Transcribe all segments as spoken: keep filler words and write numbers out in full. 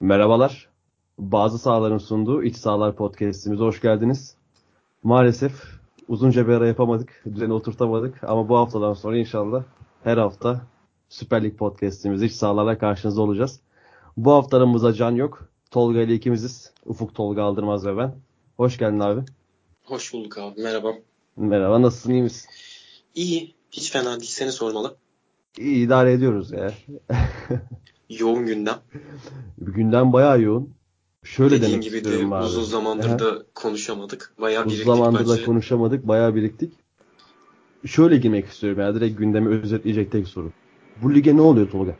Merhabalar. Bazı sahaların sunduğu İç Sahalar Podcast'imize hoş geldiniz. Maalesef uzunca bir ara yapamadık, düzeni oturtamadık ama bu haftadan sonra inşallah her hafta Süper Lig Podcast'imiz İç Sahalar'la karşınızda olacağız. Bu hafta aramızda Can yok. Tolga ile ikimiziz. Ufuk, Tolga Aldırmaz ve ben. Hoş geldin abi. Hoş bulduk abi. Merhaba. Merhaba, nasılsın, iyi misin? İyi. Hiç fena değil. Seni sormalı. İyi, idare ediyoruz ya. Yoğun gündem. Gündem bayağı yoğun. Şöyle Dediğin demek gibi de istiyorum abi. uzun zamandır Aha. da konuşamadık. Bayağı Uzun biriktik zamandır da bence. konuşamadık, bayağı biriktik. Şöyle girmek istiyorum ya. Direkt gündemi özetleyecek tek soru. Bu lige ne oluyor Tolga?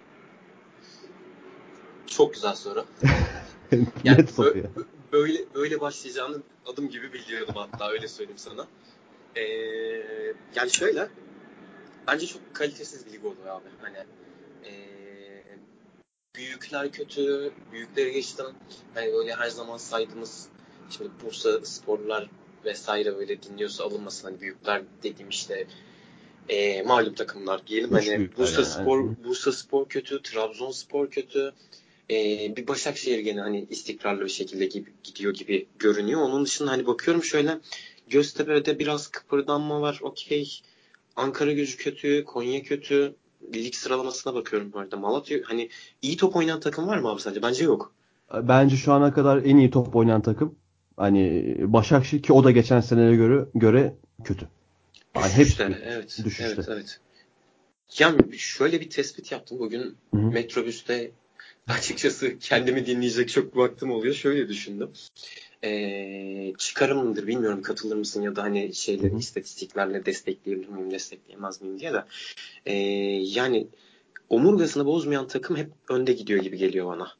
Çok güzel soru. Yani Net soru bö- ya. bö- böyle böyle başlayacağını adım gibi biliyordum, hatta öyle söyleyeyim sana. Ee, Yani şöyle. Bence çok kalitesiz bir lig oluyor abi. Hani ee, büyükler kötü. Büyükleri geçtim. Hani böyle her zaman saydığımız, şimdi Bursa Sporlar vesaire böyle dinliyorsa alınmasın. Hani büyükler dediğim işte e, malum takımlar diyelim. Üç Hani büyükler Bursa yani. Spor, Bursa Spor kötü, Trabzonspor kötü. E, Bir Başakşehir gene hani istikrarlı bir şekilde gibi, gidiyor gibi görünüyor. Onun dışında hani bakıyorum şöyle, Göztepe'de biraz kıpırdanma var. Okey. Ankaragücü kötü, Konya kötü. Lig sıralamasına bakıyorum bu arada. Malatya, hani iyi top oynayan takım var mı abi sence? Bence yok. Bence şu ana kadar en iyi top oynayan takım. Hani Başakşehir, ki o da geçen senelere göre göre kötü. Hani hepsi Düşüşte. kötü. Evet. Düşüşte. Evet. Evet. Yani şöyle bir tespit yaptım bugün Hı hı. metrobüste. Açıkçası kendimi dinleyecek çok vaktim oluyor. Şöyle düşündüm. Ee, çıkarımdır, bilmiyorum katılır mısın ya da hani Hı şeyleri hı. istatistiklerle destekleyebilir miyim, destekleyemez miyim diye de. Ee, Yani omurgasını bozmayan takım hep önde gidiyor gibi geliyor bana.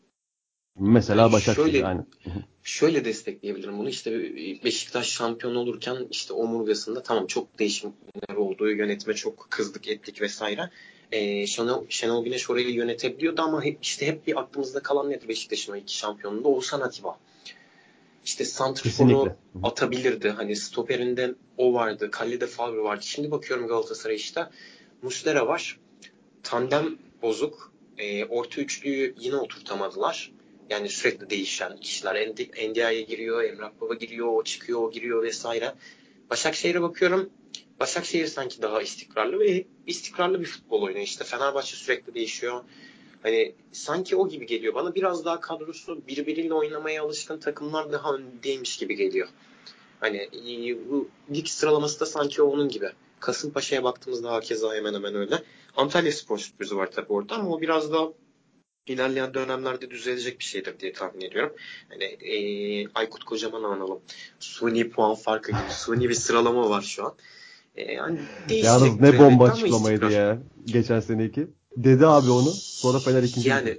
Yani Mesela Başakşehir şöyle aynı. Hı hı. şöyle destekleyebilirim bunu. İşte Beşiktaş şampiyon olurken işte omurgasında tamam çok değişiklikler oldu. Yönetime çok kızdık ettik vesaire. Ee, Şenol, Şenol Güneş orayı yönetebiliyordu ama hep, işte hep bir aklımızda kalan nedir Beşiktaş'ın o iki şampiyonluğunda? Oğuzhan Atiba. İşte santrforu Kesinlikle. Hı hı. atabilirdi. Hani stoperinde o vardı. Kalede Favre vardı. Şimdi bakıyorum Galatasaray işte. Muslera var. Tandem bozuk. E, orta üçlüyü yine oturtamadılar. Yani sürekli değişen kişiler. N D I'ye giriyor, Emrah Baba giriyor, o çıkıyor, o giriyor vesaire. Başakşehir'e bakıyorum. Başakşehir sanki daha istikrarlı ve istikrarlı bir futbol oynuyor. İşte Fenerbahçe sürekli değişiyor. Hani sanki o gibi geliyor bana. Biraz daha kadrosu birbiriyle oynamaya alışkın takımlar daha öndeymiş gibi geliyor. Hani e, bu lig sıralaması da sanki onun gibi. Kasımpaşa'ya baktığımızda hakeza hemen hemen öyle. Antalyaspor sürprizi var tabii orada ama o biraz da ilerleyen dönemlerde düzelecek bir şeydir diye tahmin ediyorum. Hani e, Aykut Kocaman'ı analım. Suni puan farkı gibi. Suni bir sıralama var şu an. E, yani Yalnız değişecektir ne bomba elbette ama açıklamaydı istikrar. ya. Geçen seneki. Dedi abi onu. Sonra Fener ikinci bitirdi. Yani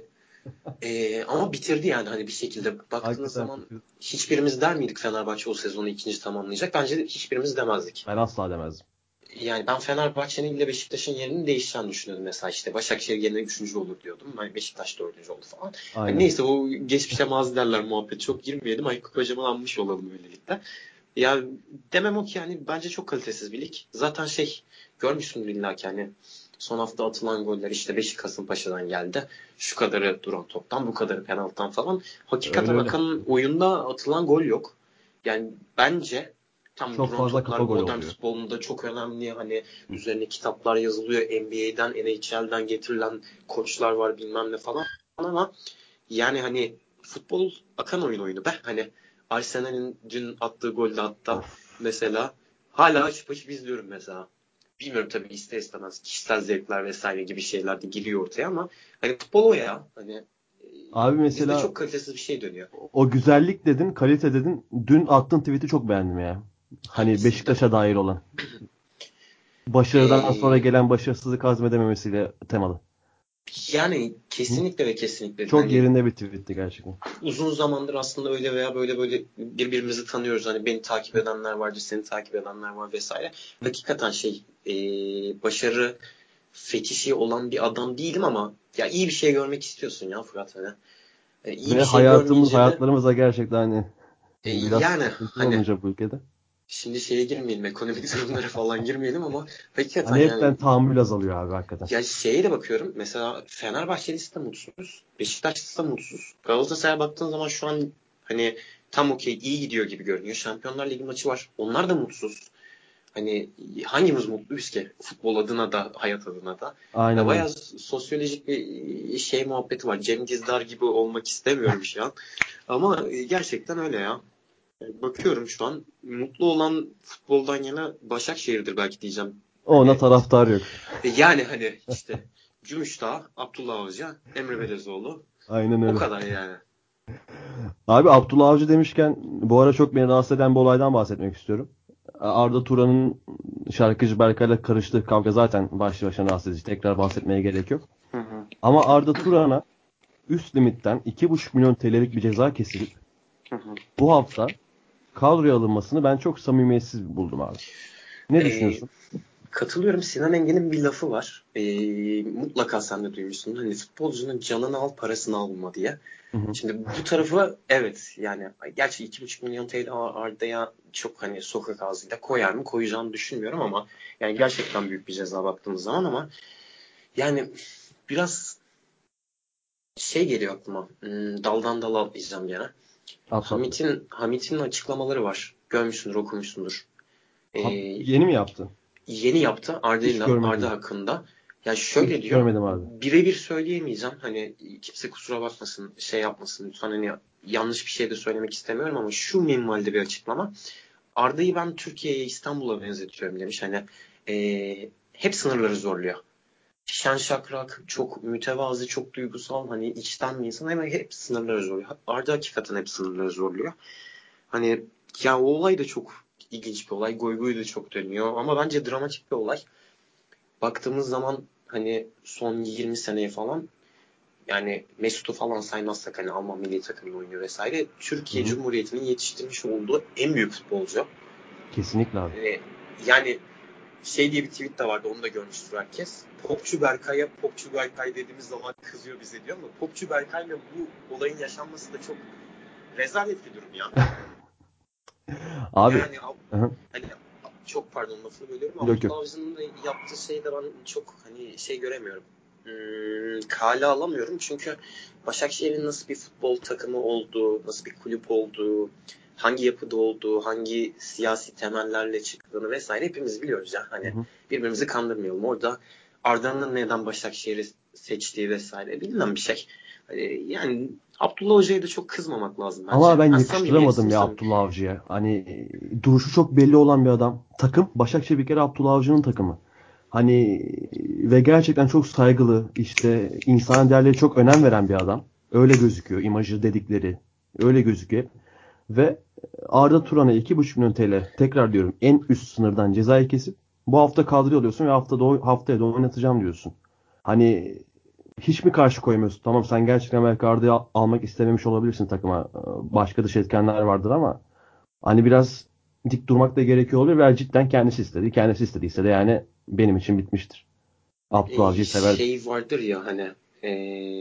e, ama bitirdi yani hani bir şekilde. Baktığınız Hakikaten zaman bitirdi. hiçbirimiz der miydik Fenerbahçe o sezonu ikinci tamamlayacak? Bence hiçbirimiz demezdik. Ben asla demezdim. Yani ben Fenerbahçe'nin ile Beşiktaş'ın yerinin değişeceğini düşünüyordum mesela, işte Başakşehir gene üçüncü olur diyordum. Ben Beşiktaş dördüncü oldu falan. Hani Aynen. neyse, o geçmişe mazi derler muhabbet, çok girmeyelim. Aykut Kocaman almış olalım böylelikle. Ya demem o ki yani bence çok kalitesiz bir lig. Zaten şey, görmüşsündür illa ki hani son hafta atılan goller işte beşi Kasımpaşa'dan geldi. Şu kadarı duran toptan, bu kadarı penaltıdan falan. Öyle Hakikaten öyle. akan oyunda atılan gol yok. Yani bence tam Çok duran fazla toplar kafa golü modern oluyor. futbolunda çok önemli. Hani Hı. üzerine kitaplar yazılıyor. N B A'den, N H L'den getirilen koçlar var bilmem ne falan ama yani hani futbol akan oyun oyunu be. Hani Arsenal'in dün attığı golde hatta Of. mesela hala açıp açıp izliyorum mesela. Bilmiyorum tabii, ister istemez kişisel zevkler vesaire gibi şeyler de giriyor ortaya ama hani futbol o ya. Hani e, Abi bizde mesela çok kalitesiz bir şey dönüyor. o güzellik dedin, kalite dedin. Dün attığın tweet'i çok beğendim ya. Hani Hangisiydi? Beşiktaş'a dair olan. Başarıdan sonra Ee, gelen başarısızlık hazmedememesiyle temalı. Yani Hı? kesinlikle ve kesinlikle Çok hani yerinde bir tweet'ti gerçekten. uzun zamandır aslında öyle veya böyle böyle birbirimizi tanıyoruz. Hani beni takip edenler vardır, seni takip edenler var vesaire. Hakikaten şey, e, başarı fetişi olan bir adam değilim ama ya iyi bir şey görmek istiyorsun ya Fırat, hani. E, iyi bir Ve şey hayatımız görmeyince de hayatlarımız da gerçekten hani e, biraz yani sıkıntılı hani olunca bu ülkede. Şimdi şeye girmeyelim, ekonomik durumlara falan girmeyelim ama hakikaten Hani yani hepten tahammül azalıyor abi hakikaten. ya şeye de bakıyorum. Mesela Fenerbahçelisi de mutsuz. Beşiktaşlısı da mutsuz. Galatasaray'a baktığın zaman şu an hani tam okey iyi gidiyor gibi görünüyor. Şampiyonlar Ligi maçı var. Onlar da mutsuz. Hani hangimiz mutluyuz ki? Futbol adına da, hayat adına da. Ya Aynen öyle. bayağı sosyolojik bir şey muhabbeti var. Cem Dizdar gibi olmak istemiyorum şu an. Ama gerçekten öyle ya. Bakıyorum şu an mutlu olan futboldan yana Başakşehir'dir belki diyeceğim. Ona Hani taraftar yok. yani hani işte Gümüşdağ, Abdullah Avcı, Emre Belezoğlu Aynen o öyle. kadar yani. Abi Abdullah Avcı demişken bu ara çok beni rahatsız eden bir olaydan bahsetmek istiyorum. Arda Turan'ın şarkıcı Berkay'la karıştığı kavga zaten başlı başına rahatsız edici. Tekrar bahsetmeye gerek yok. Hı hı. Ama Arda Turan'a üst limitten iki buçuk milyon T L'lik bir ceza kesilip Hı hı. bu hafta kadroya alınmasını ben çok samimiyetsiz buldum abi. Ne Ee, düşünüyorsun? Katılıyorum. Sinan Engin'in bir lafı var. Ee, mutlaka sen de duymuşsun. Hani futbolcunun canını al parasını alma diye. Hı hı. Şimdi bu tarafı evet yani gerçi iki buçuk milyon T L Arda'ya çok hani sokak ağzıyla koyar mı koyacağını düşünmüyorum ama yani gerçekten büyük bir ceza baktığımız zaman ama yani biraz şey geliyor aklıma. Hmm, daldan dala atlayacağım gene. Atlat. Hamit'in Hamit'in açıklamaları var. Görmüşsündür, okumuşsundur. Ee, Ha, yeni mi yaptı? Yeni yaptı Hiç Arda Arda görmedim. hakkında. Ya şöyle Hiç diyor. görmedim abi. Birebir söyleyemeyeceğim. Hani kimse kusura bakmasın, şey yapmasın lütfen hani yanlış bir şey de söylemek istemiyorum ama şu minvalde bir açıklama. Arda'yı ben Türkiye'ye, İstanbul'a benzetiyorum demiş. Hani ee, hep sınırları zorluyor. Şen şakrak, çok mütevazı, çok duygusal, hani içten bir insan ama hep sınırları zorluyor. Arda hakikaten hep sınırları zorluyor. Hani ya o olay da çok ilginç bir olay. Goy goy da çok dönüyor ama bence dramatik bir olay. Baktığımız zaman hani son yirmi seneye falan yani Mesut'u falan saymazsak hani Alman milli takımında oynuyor vesaire. Hı Türkiye hı. Cumhuriyeti'nin yetiştirmiş olduğu en büyük futbolcu. Kesinlikle abi. Ee, yani şey diye bir tweet de vardı onu da görmüştür herkes. Popçu Berkay'a Popçu Berkay dediğimiz zaman kızıyor bize diyor ama Popçu Berkay'la bu olayın yaşanması da çok rezalet bir durum ya. Abi. Yani Hı hı. hani çok pardon lafını bölüyorum. Yok yok. Abdullah Avcı'nın da yaptığı şeyde ben çok hani şey göremiyorum. Hmm, kale alamıyorum çünkü Başakşehir'in nasıl bir futbol takımı olduğu, nasıl bir kulüp olduğu, hangi yapıda olduğu, hangi siyasi temellerle çıktığını vesaire hepimiz biliyoruz ya. Hı Hani hı. birbirimizi kandırmayalım. Orada Arda'nın neden Başakşehir'i seçtiği vesaire bilinen bir şey. Hani yani Abdullah Hoca'ya da çok kızmamak lazım Ama bence. ben Ha, samimiyetsiz yakıştıramadım mi ya samimi? Abdullah Avcı'ya. Hani e, duruşu çok belli olan bir adam. Takım Başakşehir bir kere Abdullah Avcı'nın takımı. Hani e, ve gerçekten çok saygılı, işte insan değerleri çok önem veren bir adam. Öyle gözüküyor. İmajı dedikleri öyle gözüküyor. Ve Arda Turan'a iki buçuk milyon T L tekrar diyorum en üst sınırdan cezayı kesip bu hafta kadroya alıyorsun ve haftada oy- haftaya da oynatacağım diyorsun. Hani hiç mi karşı koymuyorsun? Tamam sen gerçekten belki Arda'yı al- almak istememiş olabilirsin takıma. Başka dış etkenler vardır ama hani biraz dik durmak da gerekiyor olabilir ve cidden kendisi istedi. Kendisi istediyse de yani benim için bitmiştir. Abdullah E, Avcı'yı severdim. şey vardır ya hani e,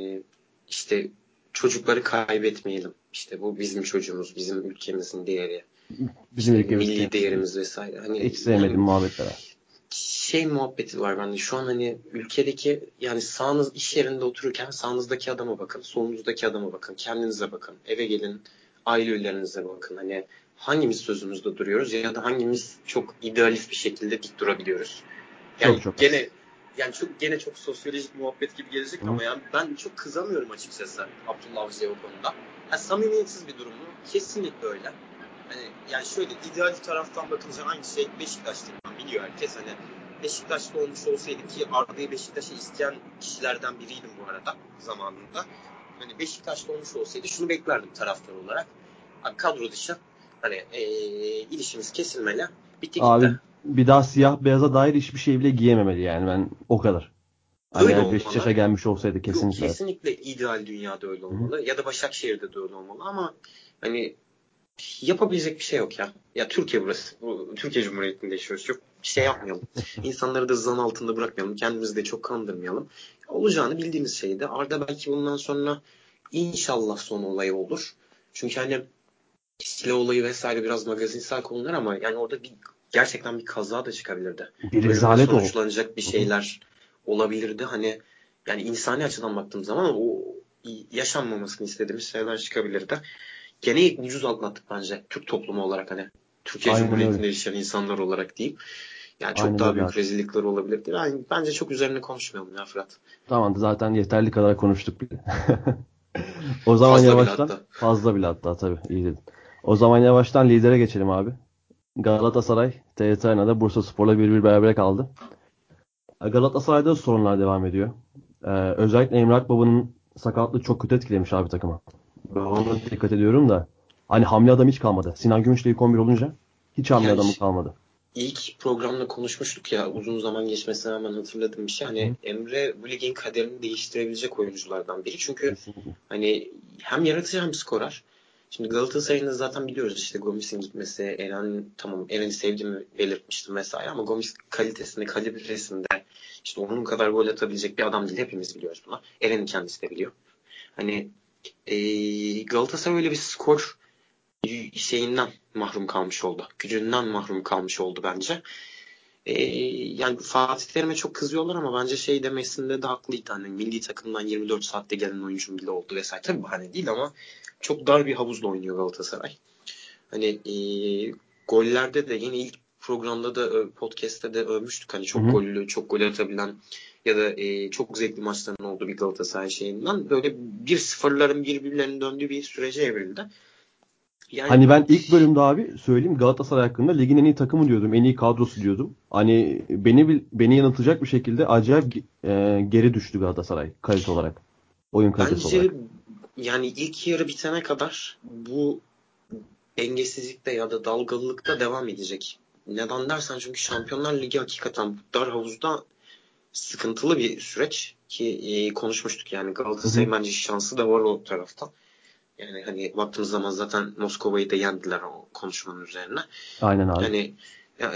işte çocukları kaybetmeyelim. İşte bu bizim çocuğumuz, bizim ülkemizin değeri, Bizim işte ülkemiz milli temsili. değerimiz vesaire. Hani Hiç yani sevmediğim muhabbetler. şey muhabbeti var bende. Şu an hani ülkedeki yani sağınız iş yerinde otururken sağınızdaki adama bakın, solunuzdaki adama bakın, kendinize bakın, eve gelin, aile üyelerinize bakın. Hani hangimiz sözümüzde duruyoruz ya da hangimiz çok idealist bir şekilde dik durabiliyoruz. Çok Yani çok az. gene yani çok gene çok sosyolojik muhabbet gibi gelecek Hı. ama yani ben çok kızamıyorum açıkçası Abdullah Avcı'ya o konuda. Ha, samimiyetsiz bir durum mu? Kesinlikle öyle. Hani yani şöyle idealist taraftan bakınca aynı şey Beşiktaş'tan biliyor herkes. Hani Beşiktaş'ta olmuş olsaydı ki Arda'yı Beşiktaş'a isteyen kişilerden biriydim bu arada zamanında. Hani Beşiktaş'ta olmuş olsaydı şunu beklerdim taraftar olarak. Abi kadro dışı hani ee, ilişkimiz kesilmeli. Bitti gitti. Abi bir daha siyah beyaza dair hiçbir şey bile giyememeli yani ben o kadar. Hani Öyle eğer Beşiktaş'a olmalı. gelmiş olsaydı Yok kesinlikle evet. kesinlikle ideal dünyada öyle Hı hı. olmalı. Ya da Başakşehir'de de öyle olmalı ama hani yapabilecek bir şey yok ya. Ya Türkiye burası. Bu, Türkiye Cumhuriyeti'nde yaşıyoruz. Çok bir şey yapmayalım. İnsanları da zan altında bırakmayalım. Kendimizi de çok kandırmayalım. Olacağını bildiğimiz şeydi. Arda belki bundan sonra inşallah son olayı olur. Çünkü hani Sile olayı vesaire biraz magazinsel konular ama yani orada bir gerçekten bir kaza da çıkabilirdi. Bir Ölümle rezalet o. sonuçlanacak bir şeyler olabilirdi. Hani yani insani açıdan baktığım zaman o yaşanmamasını istediğimiz şeyler çıkabilirdi. Gene ucuz atlattık bence Türk toplumu olarak, hani Türkiye Aynen öyle. Cumhuriyeti'nde yaşayan insanlar olarak diyeyim. Yani çok Aynen daha öyle büyük abi. rezillikler olabilirdi. Yani bence çok üzerine konuşmayalım ya Fırat. Tamam, zaten yeterli kadar konuştuk bile. O zaman Fazla bile yavaştan hatta. fazla bile, hatta tabii iyi dedin. O zaman yavaştan lidere geçelim abi. Galatasaray T R T Arena'da Bursaspor'la bir bir berabere kaldı. Galatasaray'da da sorunlar devam ediyor. Ee, özellikle Emre Akbaba'nın sakatlığı çok kötü etkilemiş abi takımı. Ben ona dikkat ediyorum da. Hani hamle adam hiç kalmadı. Sinan Gümüş'le ilk on bir olunca hiç hamle Yani adamı kalmadı. ilk programda konuşmuştuk ya, uzun zaman geçmesine rağmen hatırladığım bir şey. Hani Hı. Emre bu ligin kaderini değiştirebilecek oyunculardan biri. Çünkü Kesinlikle. hani hem yaratıcı hem skorer. Şimdi Galatasaray'ın da zaten biliyoruz işte Gomis'in gitmesi, Eren, tamam Eren'i sevdiğimi belirtmiştim vesaire ama Gomis kalitesinde, kalibresinde işte onun kadar gol atabilecek bir adam değil. Hepimiz biliyoruz bunu. Eren'in kendisi de biliyor. Hani ee, Galatasaray öyle bir skor şeyinden mahrum kalmış oldu. Gücünden mahrum kalmış oldu bence. Ee, Yani Fatih Terim'e çok kızıyorlar ama bence şey demesinde de haklıydı. Hani milli takımdan yirmi dört saatte gelen oyuncum bile oldu vesaire. Tabii bahane değil ama çok dar bir havuzda oynuyor Galatasaray. Hani e, gollerde de yine ilk programda da podcast'te de övmüştük. Hani Hı çok hı. gollü, çok gol atabilen ya da e, çok zevkli maçların olduğu bir Galatasaray şeyinden böyle bir sıfırların birbirlerinin döndüğü bir sürece evrildi. Yani Hani ben ilk bölümde abi söyleyeyim, Galatasaray hakkında ligin en iyi takımı diyordum. En iyi kadrosu diyordum. Hani beni bil- beni yanıltacak bir şekilde acayip e, geri düştü Galatasaray kalite olarak. Oyun kalitesi bence olarak. yani ilk yarı bitene kadar bu dengesizlikte ya da dalgalılıkta devam edecek. Neden dersen çünkü Şampiyonlar Ligi hakikaten bu dar havuzda sıkıntılı bir süreç ki e, konuşmuştuk yani Hı hı. Galatasaray'ın bence şansı da var o tarafta. Yani hani baktığımız zaman zaten Moskova'yı da yendiler o konuşmanın üzerine. Aynen abi. Yani ya,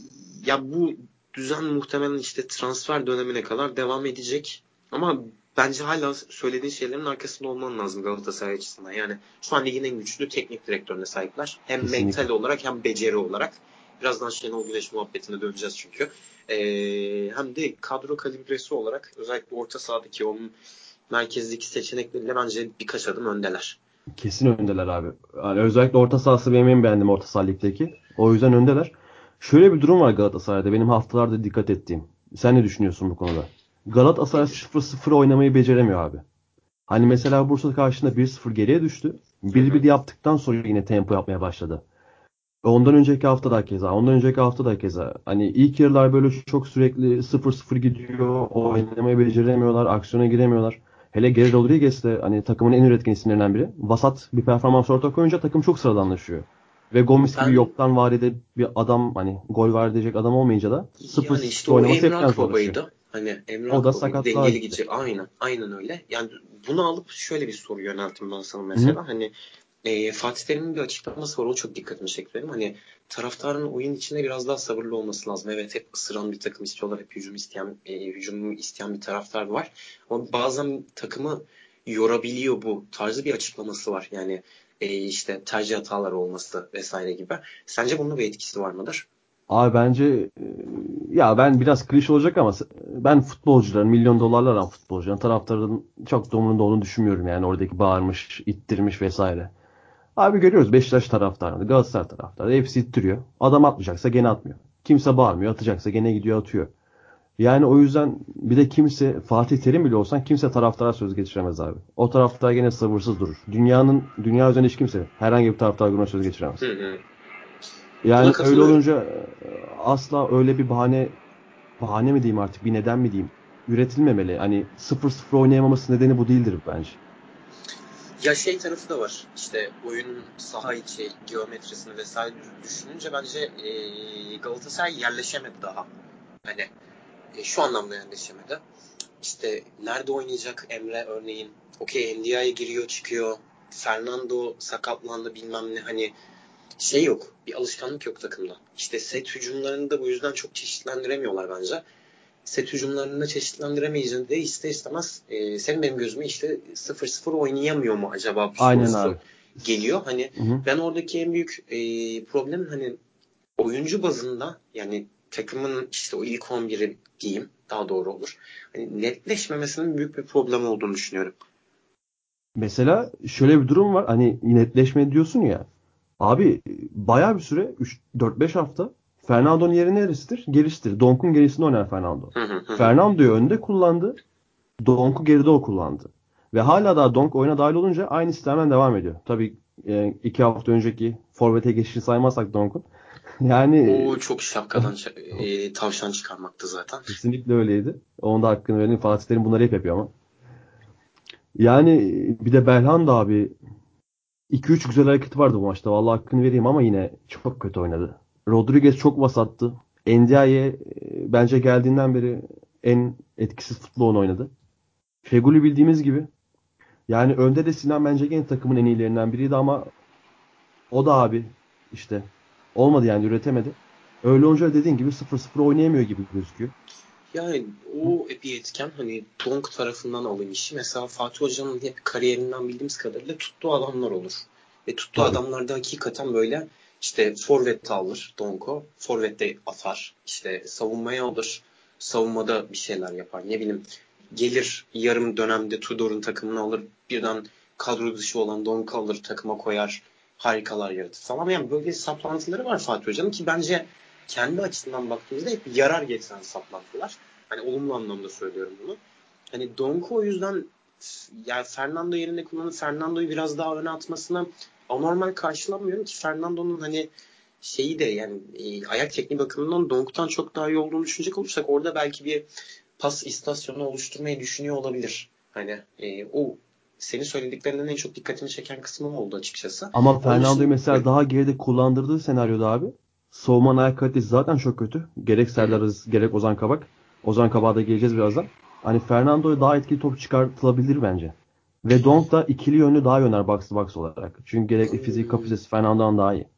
ya bu düzen muhtemelen işte transfer dönemine kadar devam edecek. Ama bence hala söylediğin şeylerin arkasında olman lazım Galatasaray açısından. Yani şu an ligin en güçlü teknik direktörüne sahipler. Hem mental Kesinlikle. olarak hem beceri olarak. Birazdan Şenol Güneş muhabbetine döneceğiz çünkü. Ee, Hem de kadro kalibresi olarak özellikle orta sahadaki o merkezdeki seçenekleriyle bence birkaç adım öndeler. Kesin öndeler abi. Yani özellikle orta sahası benim en beğendiğim orta saha ligdeki. O yüzden öndeler. Şöyle bir durum var Galatasaray'da. Benim haftalarda dikkat ettiğim. Sen ne düşünüyorsun bu konuda? Galatasaray Nedir? sıfır sıfır oynamayı beceremiyor abi. Hani mesela Bursa karşısında bir sıfır geriye düştü. Hı bir bir hı. yaptıktan sonra yine tempo yapmaya başladı. Ondan önceki hafta da keza, ondan önceki hafta da keza. Hani ilk yarılar böyle çok sürekli sıfır sıfır gidiyor, oynamayı beceremiyorlar, aksiyona giremiyorlar. Hele Geri Rodriguez de hani takımın en üretken isimlerinden biri. Vasat bir performans ortaya koyunca takım çok sıradanlaşıyor. Ve Gomis gibi Ben yoktan var edecek bir adam, hani gol var edecek adam olmayınca da sıfır yani işte sıfır o oynaması Emre hepten zorlaşıyor. Akbaba'ydı. Hani Emre O da Akbaba'ydı. sakatlığa Dengeli gitti. gidici. Aynen. Aynen öyle. Yani bunu alıp şöyle bir soru yönelttim ben sana Hı hı. mesela. Hani e, Fatih Terim'in bir açıklaması var. O çok dikkatimi çekti benim. Hani taraftarın oyun içinde biraz daha sabırlı olması lazım. Evet, hep ısıran bir takım istiyorlar. Hep hücum isteyen, e, hücum isteyen bir taraftar var. Ama bazen takımı yorabiliyor bu tarzı bir açıklaması var. Yani e, işte tercih hataları olması vesaire gibi. Sence bunun bir etkisi var mıdır? Abi bence e, ya ben biraz klişe olacak ama s- ben futbolcuların, milyon dolarlar alan futbolcuların, taraftarın çok da umurunda olduğunu düşünmüyorum, yani oradaki bağırmış, ittirmiş vesaire. Abi görüyoruz, Beşiktaş taraftarını, Galatasaray taraftarı hepsi ittiriyor. Adam atmayacaksa gene atmıyor. Kimse bağırmıyor, atacaksa gene gidiyor atıyor. Yani o yüzden bir de kimse, Fatih Terim bile olsan kimse taraftara söz geçiremez abi. O taraftar gene sabırsız durur. Dünyanın dünya üzerinde hiç kimse herhangi bir taraftar grubuna söz geçiremez. Hı hı. Buna Yani öyle katılıyorum. olunca e, asla öyle bir bahane bahane mi diyeyim artık, bir neden mi diyeyim, üretilmemeli. Hani sıfır sıfır oynayamaması nedeni bu değildir bence. Ya şey tarafı da var. İşte oyunun saha içi geometrisini vesaire düşününce bence e, Galatasaray yerleşemedi daha. Hani e, şu anlamda yerleşemedi. İşte nerede oynayacak Emre örneğin? Okey, N D I'ye giriyor çıkıyor. Fernando sakatlandı bilmem ne. Hani şey yok. Bir alışkanlık yok takımda. İşte set hücumlarını da bu yüzden çok çeşitlendiremiyorlar bence. Set hücumlarını çeşitlendiremeyince de ister istemez e, senin benim gözüme işte sıfır sıfır oynayamıyor mu acaba bu Aynen sorusu abi. geliyor. Hani Hı hı. ben oradaki en büyük e, problemin hani oyuncu bazında, yani takımın işte o ilk on biri diyeyim daha doğru olur. Hani netleşmemesinin büyük bir problem olduğunu düşünüyorum. Mesela şöyle bir durum var. Hani netleşme diyorsun ya. Abi bayağı bir süre üç dört beş hafta Fernando'nun yeri neresidir? Gerisidir. Donk'un gerisinde oynar Fernando. Hı hı hı. Fernando'yu önde kullandı. Donk'u geride o kullandı. Ve hala daha Donk oyuna dahil olunca aynı sistemden devam ediyor. Tabii e, iki hafta önceki forvete geçişi saymazsak Donk'un. Yani O çok şapkadan e, tavşan çıkarmaktı zaten. kesinlikle öyleydi. Onun da hakkını verelim. Fatih Terim bunları hep yapıyor ama. Yani bir de Belhanda abi iki üç güzel hareketi vardı bu maçta. Vallahi hakkını vereyim ama yine çok kötü oynadı. Rodriguez çok vasattı. Ndiaye e, bence geldiğinden beri en etkisiz futbolunu oynadı. Feguli bildiğimiz gibi. Yani önde de Sinan bence gene takımın en iyilerinden biriydi ama o da abi işte olmadı yani üretemedi. Öyle olunca dediğin gibi sıfır sıfır oynayamıyor gibi gözüküyor. Yani o bir etken, hani Donk tarafından alın işi. Mesela Fatih Hoca'nın hep kariyerinden bildiğimiz kadarıyla tuttuğu adamlar olur. Ve tuttuğu Tabii. adamlarda hakikaten böyle işte forvette alır Donko. Forvette atar. İşte savunmaya alır. Savunmada bir şeyler yapar. Ne bileyim, gelir yarım dönemde Tudor'un takımını alır. Birden kadro dışı olan Donk alır, takıma koyar. Harikalar yaratır falan. Yani böyle saplantıları var Fatih Hoca'nın ki bence kendi açısından baktığımızda hep yarar getiren saplantılar. Hani olumlu anlamda söylüyorum bunu. Hani Donko o yüzden yani Fernando yerine kullanıp Fernando'yu biraz daha öne atmasına anormal karşılamıyorum ki Fernando'nun hani şeyi de yani e, ayak tekniği bakımından Donk'tan çok daha iyi olduğunu düşünecek olursak orada belki bir pas istasyonu oluşturmayı düşünüyor olabilir. Hani e, o senin söylediklerinden en çok dikkatimi çeken kısmı oldu açıkçası. Ama Onun Fernando'yu dışında mesela daha geride kullandırdığı senaryoda abi savunmanın ayak kalitesi zaten çok kötü. Gerek hı Serdar hı. Aziz gerek Ozan Kabak. Ozan Kabak'a da geleceğiz birazdan. Hani Fernando'ya daha etkili top çıkartılabilir bence. Ve Donk da ikili yönlü daha iyi oynar box to box olarak. Çünkü gerekli fizik Hmm, kapasitesi Fernando'dan daha iyi.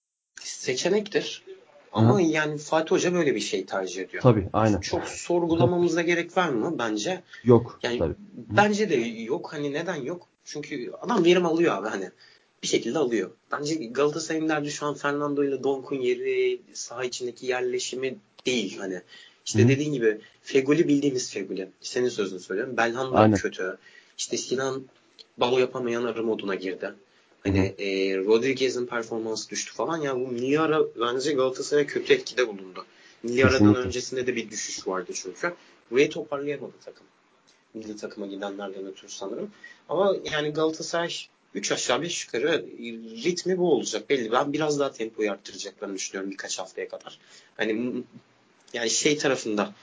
seçenektir. Hı-hı. Ama yani Fatih Hoca böyle bir şey tercih ediyor. Tabii aynen. Çok sorgulamamıza gerek var mı? Bence Yok yani tabii. Hı-hı. bence de yok. Hani neden yok? Çünkü adam verim alıyor abi, hani bir şekilde alıyor. Bence Galatasaray'ın derdi şu an Fernando ile Donk'un yeri, saha içindeki yerleşimi değil hani. İşte Hı-hı. dediğin gibi Fegoli bildiğimiz Fegoli. Senin sözünü söylüyorum. Belhanda Aynen. kötü. İşte Sinan balo yapamayan arı moduna girdi. Hani Hı-hı. e, Rodriguez'in performansı düştü falan. Ya bu milli ara bence Galatasaray'a kötü etkide bulundu. Milli aradan Kesinlikle. öncesinde de bir düşüş vardı çünkü. Burayı toparlayamadı takım. Milli takıma gidenlerden ötürü sanırım. Ama yani Galatasaray üç aşağı beş yukarı ritmi bu olacak belli. Ben biraz daha tempoyu arttıracaklarını düşünüyorum birkaç haftaya kadar. Hani yani şey tarafında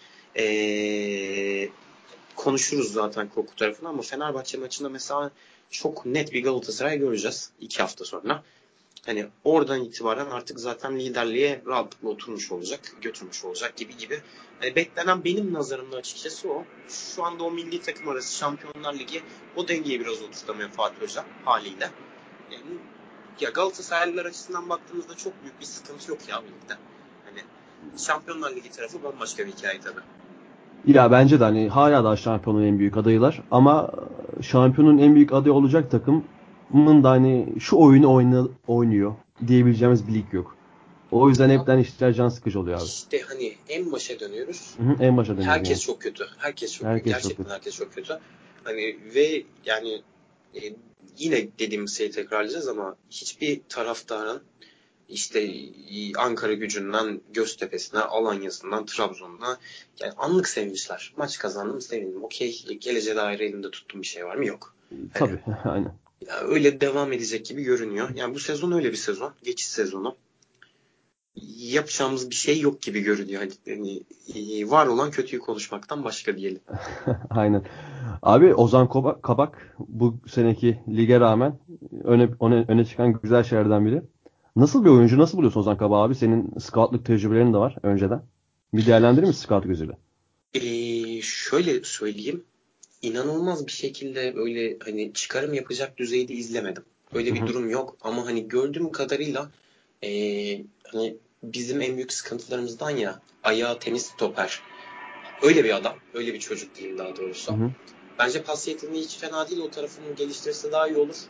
ee, konuşuruz zaten Koku tarafında ama Fenerbahçe maçında mesela çok net bir Galatasaray göreceğiz iki hafta sonra. Hani oradan itibaren artık zaten liderliğe rahatlıkla oturmuş olacak, götürmüş olacak gibi gibi. Hani beklenen benim nazarımda açıkçası o. Şu anda o milli takım arası Şampiyonlar Ligi o dengeyi biraz oturtamıyor Fatih Hoca haliyle. Yani ya Galatasaraylılar açısından baktığımızda çok büyük bir sıkıntı yok ya bu ligde. Hani Şampiyonlar Ligi tarafı bambaşka bir hikaye tabii. Ya bence de hani hala da şampiyonun en büyük adayılar ama şampiyonun en büyük adayı olacak takımın da hani şu oyunu oyna, oynuyor diyebileceğimiz bir lig yok. O yüzden hepten Abi işler can sıkıcı oluyor abi. işte hani en başa dönüyoruz. Hı hı, en başa dönüyoruz Herkes yine. çok kötü. Herkes çok kötü. Herkes çok Gerçekten kötü. herkes çok kötü. Hani ve yani e, yine dediğimiz şeyi tekrarlayacağız ama hiçbir taraftarın işte e, Ankara Gücü'nden Göztepe'sine, Alanya'sından Trabzon'una yani anlık sevinçler. Maç kazandım sevindim. Okey, geleceğe dair elimde tuttuğum bir şey var mı? Yok. Hani Tabii aynen. ya öyle devam edecek gibi görünüyor. Yani bu sezon öyle bir sezon. Geçiş sezonu. Yapacağımız bir şey yok gibi görünüyor. Hani, yani, e, var olan kötüyü konuşmaktan başka diyelim. Aynen. Abi Ozan Koba- Kabak bu seneki lige rağmen öne, öne, öne çıkan güzel şeylerden biri. Nasıl bir oyuncu? Nasıl buluyorsun Ozan Kabak abi? Senin scoutlık tecrübelerin de var önceden. Bir değerlendirir misin scout gözüyle? Ee, şöyle söyleyeyim. İnanılmaz bir şekilde böyle hani çıkarım yapacak düzeyde izlemedim. Öyle Hı bir hı. durum yok. Ama hani gördüğüm kadarıyla ee, hani bizim en büyük sıkıntılarımızdan ya ayağı temiz stoper. Öyle bir adam. Öyle bir çocuk diyeyim daha Hı doğrusu. hı. Bence pas yeteneği hiç fena değil. O tarafını geliştirirse daha iyi olur.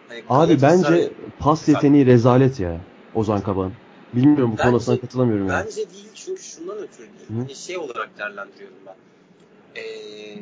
Hani Abi Galatasaray bence pas efendim, yeteneği rezalet ya Ozan Kabak'ın. Bilmiyorum, bu konuda sana bence katılamıyorum yani. bence değil çünkü şundan ötürü değil. Hı? Hani şey olarak değerlendiriyorum ben. Ee,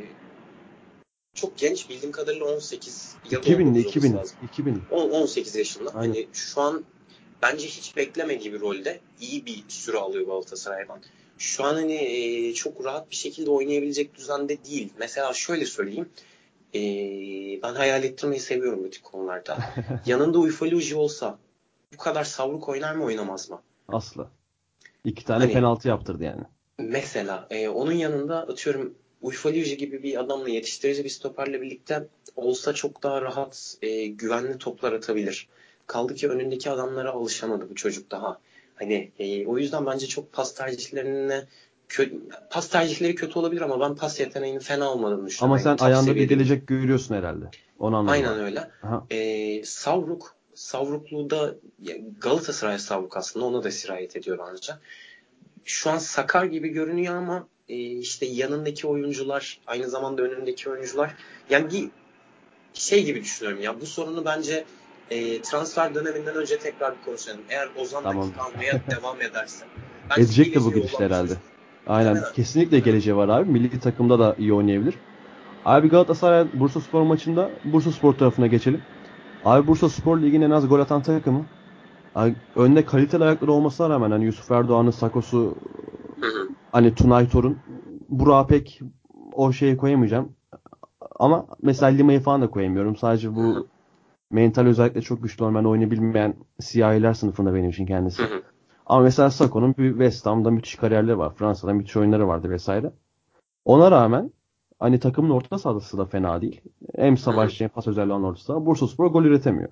Çok genç, bildiğim kadarıyla on sekiz ya da on iki binli dokuz olması iki binli lazım. iki binli. on on sekiz yaşında. Aynen. Hani şu an bence hiç beklemediği bir rolde iyi bir süre alıyor Galatasaray'dan. Şu an hani e, çok rahat bir şekilde oynayabilecek düzende değil. Mesela şöyle söyleyeyim. E, Ben hayal ettirmeyi seviyorum bu tip konularda. Yanında Ufoluji olsa bu kadar savruk oynar mı oynamaz mı? Asla. İki tane Hani penaltı yaptırdı yani. mesela e, onun yanında atıyorum Ufoluji gibi bir adamla, yetiştirici bir stoperle birlikte olsa çok daha rahat, e, güvenli toplar atabilir. Kaldı ki önündeki adamlara alışamadı bu çocuk daha. Hani e, o yüzden bence çok pas tercihlerine kö- pas tercihleri kötü olabilir ama ben pas yeteneğinin fena olmadığını Ama düşünüyorum. sen Yani top ayağında bir seviyede değil. gelecek görüyorsun herhalde. Onu anladım Aynen abi. öyle. Aha. E, Savruk, Savrukluğu da ya Galatasaray Savruk aslında, ona da sirayet ediyor bence. Şu an sakar gibi görünüyor ama e, işte yanındaki oyuncular, aynı zamanda önündeki oyuncular, yani bir şey gibi düşünüyorum ya, bu sorunu bence e, transfer döneminden önce tekrar bir konuşalım. Eğer Ozan Tamam. dakika almaya devam ederse bence Edecek de bu geleceği gidişle olan bir herhalde. çocuk. Aynen. Muhtemelen. Kesinlikle Muhtemelen. geleceği var abi. Milli takımda da iyi oynayabilir. Abi Galatasaray Bursaspor maçında Bursaspor tarafına geçelim. Abi Bursaspor ligin en az gol atan takımı. Abi, önde kaliteli ayakları olmasına rağmen hani Yusuf Erdoğan'ın Sakos'u, Hı hı. hani Tunay Torun, Burak'ı pek o şeye koyamayacağım. Ama mesela Lima'yı falan da koyamıyorum. Sadece Hı hı. bu mental özellikle çok güçlü olmayan, oyunu bilmeyen siyahiler sınıfında benim için Hı kendisi. hı. Ama mesela Sako'nun bir West Ham'da müthiş kariyerleri var. Fransa'da müthiş oyunları vardı vesaire. Ona rağmen hani takımın orta sahası da fena değil. Hem Hı hı. savaşçı hem pas özelliği olan orta saha. Bursaspor gol üretemiyor.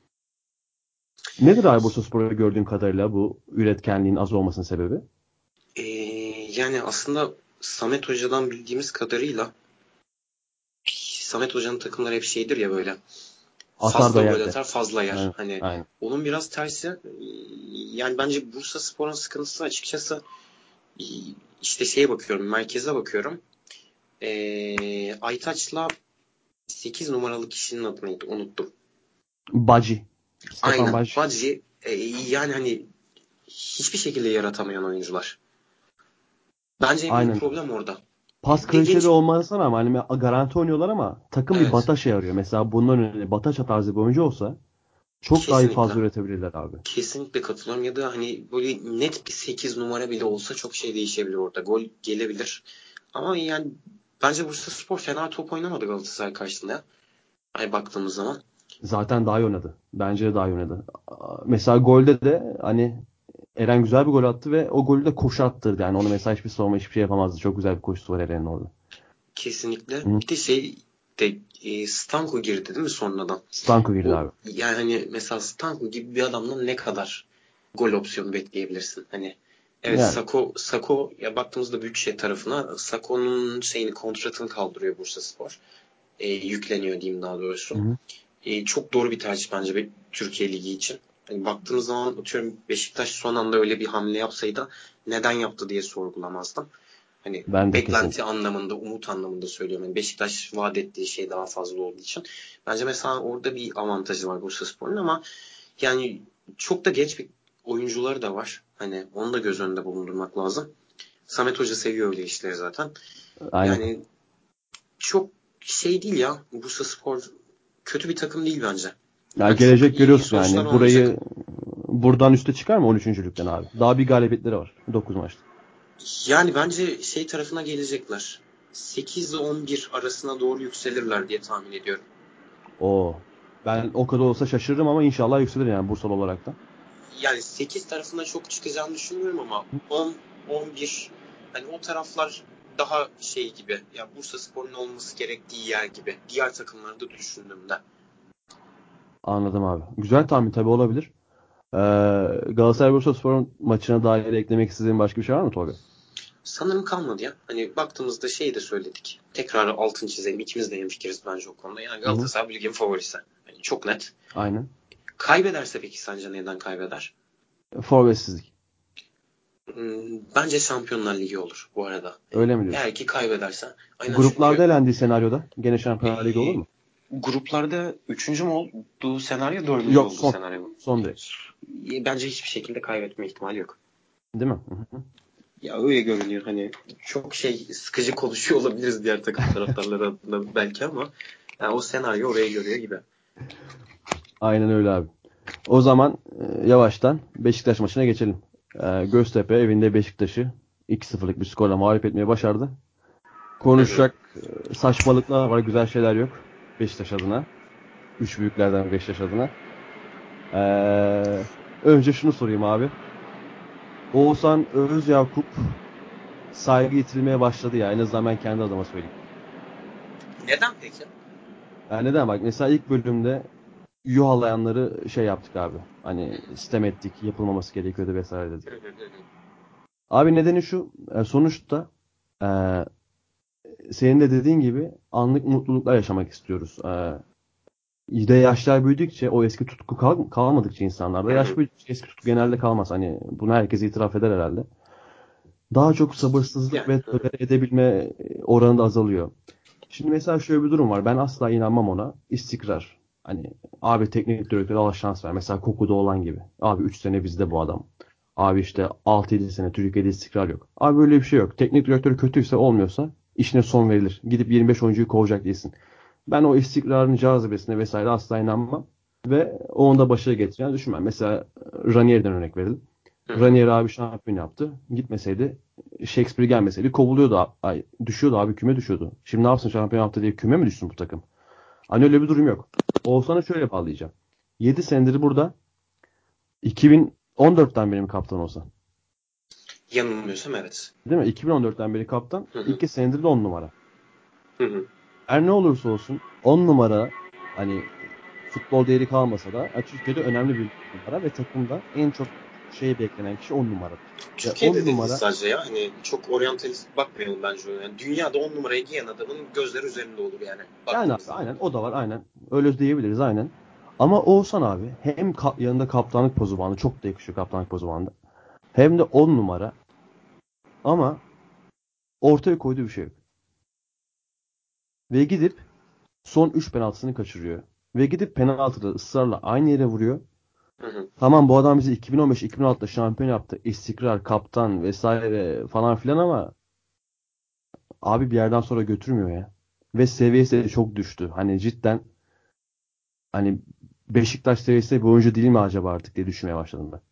Nedir abi Bursaspor'u gördüğün kadarıyla bu üretkenliğin az olmasının sebebi? E, Yani aslında Samet Hoca'dan bildiğimiz kadarıyla, Samet Hoca'nın takımları hep şeydir ya böyle. Atar Fazla da gol yerde. atar, fazla yer. Aynen. Hani Aynen. onun biraz tersi. Yani bence Bursaspor'un sıkıntısı açıkçası, işte şeye bakıyorum, merkeze bakıyorum. Ee, Aytaç'la sekiz numaralı kişinin adı neydi? Unuttum. Bacı. Stefan Aynen. Bacı. Badji, e, yani hani hiçbir şekilde yaratamayan oyuncular. Bence en büyük Aynen. problem orada. Pas Bir de kaliteli genç. olmasına rağmen hani garanti oynuyorlar ama takım bir Evet. Bataş'a yarıyor. Mesela bunların önüne Bataş'a tarzı bir oyuncu olsa çok daha iyi Kesinlikle. fazla üretebilirler abi. Kesinlikle katılıyorum. Ya da hani böyle net bir sekiz numara bile olsa çok şey değişebilir orada. Gol gelebilir. Ama yani bence Bursaspor fena top oynamadı Galatasaray karşısında. Hani baktığımız zaman. Zaten daha iyi oynadı. Bence de daha iyi oynadı. Mesela golde de hani Eren güzel bir gol attı ve o golü de koşu attırdı. Yani onu mesela hiçbir savunma hiçbir şey yapamazdı. Çok güzel bir koşusu var Eren'in orada. Kesinlikle. Hı. Bir de şey de e, Stanko girdi değil mi sonradan? Stanko girdi O abi. yani hani mesela Stanko gibi bir adamdan ne kadar gol opsiyonu bekleyebilirsin? Hani evet, Yani Sako Sako ya baktığımızda bütçe tarafına Sako'nun şeyini, kontratını kaldırıyor Bursaspor. E, yükleniyor diyeyim daha hı doğrusu. hı. E, çok doğru bir tercih bence bir Türkiye Ligi için. Hani baktığımız zaman atıyorum Beşiktaş son anda öyle bir hamle yapsaydı neden yaptı diye sorgulamazdım. Hani Ben de beklenti kesinlikle. anlamında, umut anlamında söylüyorum. Yani Beşiktaş vaat ettiği şey daha fazla olduğu için. Bence mesela orada bir avantajı var Bursaspor'un ama yani çok da genç bir oyuncuları da var. Hani onu da göz önünde bulundurmak lazım. Samet Hoca seviyor öyle işleri zaten. Aynen. Yani çok şey değil ya. Bursaspor kötü bir takım değil bence. Ya Yani çok gelecek ilginç görüyorsun sonuçlar yani. olmayacak. Burayı buradan üste çıkar mı on üçüncülükten abi? Daha bir galibiyetleri var. dokuz maçta. Yani bence şey tarafına gelecekler. sekiz ile on bir arasına doğru yükselirler diye tahmin ediyorum. Oo. Ben o kadar olsa şaşırırım ama inşallah yükselir yani Bursalı olarak da. Yani sekiz tarafına çok çıkacağını düşünmüyorum ama on, on bir, hani o taraflar daha şey gibi. Ya Bursaspor'un olması gerektiği yer gibi. Diğer takımları da düşündüğümde. Anladım abi. Güzel tahmin tabii olabilir. Ee, Galatasaray Bursaspor'un maçına dair eklemek istediğin başka bir şey var mı Tolga? Sanırım kalmadı ya. Hani baktığımızda şey de söyledik. Tekrar altını çizelim. İkimiz de hemfikiriz bence o konuda. Yani Hı hı. Galatasaray bu ligin favorisi. Yani çok net. Aynen. Kaybederse peki sence neden kaybeder? Forvetsizlik. Hmm, Bence Şampiyonlar Ligi olur bu arada. Hani Öyle mi diyorsun? eğer ki kaybederse. Aynen, Gruplarda çünkü elendiği senaryoda gene e, Şampiyonlar Ligi olur mu? gruplarda üçüncü mü olduğu senaryo, dördüncü Yok olduğu son. senaryo mu? Son değil. Bence hiçbir şekilde kaybetme ihtimali yok. Değil mi? Hı hı. Ya öyle görünüyor, hani çok şey sıkıcı konuşuyor olabiliriz diğer takım taraftarları adına belki ama yani o senaryo oraya görüyor gibi. Aynen öyle abi. O zaman e, yavaştan Beşiktaş maçına geçelim. E, Göztepe evinde Beşiktaş'ı iki sıfırlık bir skorla mağlup etmeyi başardı. Konuşacak e, saçmalıklar var, güzel şeyler yok Beşiktaş adına. Üç büyüklerden Beşiktaş adına. E, önce şunu sorayım abi. Oğuzhan Özyakup saygı yitirilmeye başladı ya. En azından ben kendi adıma söyleyeyim. Neden peki? Yani neden bak mesela ilk bölümde yuhalayanları şey yaptık abi. Hani sitem ettik, yapılmaması gerekiyordu vesaire dedik. Abi nedeni şu, e, sonuçta e, senin de dediğin gibi anlık mutluluklar yaşamak istiyoruz. E, de yaşlar büyüdükçe o eski tutku kal- kalmadıkça insanlarda yaş büyüdükçe eski tutku genelde kalmaz. Hani bunu herkes itiraf eder herhalde. Daha çok sabırsızlık Yani. ve tolere edebilme oranı da azalıyor. Şimdi mesela şöyle bir durum var. Ben asla inanmam ona. İstikrar. Hani abi teknik direktör Allah şans ver. Mesela Koku'da olan gibi. Abi üç sene bizde bu adam. Abi işte altı yedi sene Türkiye'de istikrar yok. Abi böyle bir şey yok. Teknik direktör kötüyse olmuyorsa işine son verilir. Gidip yirmi beş oyuncuyu kovacak değilsin. Ben o istikrarın cazibesine vesaire asla inanmam. Ve onu da başarı getireceğini düşünmem. Mesela Ranieri'den örnek verelim. Ranieri abi şampiyon yaptı. Gitmeseydi, Shakespeare gelmeseydi kovuluyordu. Ay, düşüyordu abi, küme düşüyordu. Şimdi ne yapsın, şampiyon yaptı diye küme mi düşsün bu takım? Hani öyle bir durum yok. Oğuzhan'a şöyle bağlayacağım. yedi senedir burada. iki bin on dörtten beri mi kaptan olsa? Yanılmıyorsam evet. Değil mi? iki bin on dörtten beri kaptan. Hı hı. iki senedir de on numara. Hı hı. Her ne olursa olsun on numara, hani futbol değeri kalmasa da e, Türkiye'de önemli bir numara ve takımda en çok şey beklenen kişi on numaradır. Ve Türkiye'de on de değil numara sadece ya. Hani çok oryantalist bakmayalım bence. Yani dünyada on numarayı giyen adamın gözleri üzerinde olur yani. yani Baktığımız abi zaman. aynen o da var, aynen. Öyle diyebiliriz, aynen. Ama Oğuzhan abi hem ka- yanında kaptanlık pozu bandı, çok da yakışıyor kaptanlık pozu bandı. Hem de on numara, ama ortaya koyduğu bir şey yok. Ve gidip son üç penaltısını kaçırıyor. Ve gidip penaltıda ısrarla aynı yere vuruyor. Hı hı. Tamam, bu adam bizi iki bin on beş iki bin on altıda şampiyon yaptı. İstikrar, kaptan vesaire falan filan, ama abi bir yerden sonra götürmüyor ya. Ve seviyesi de çok düştü. Hani cidden, hani Beşiktaş seviyesinde bir oyuncu değil mi acaba artık diye düşünmeye başladım ben.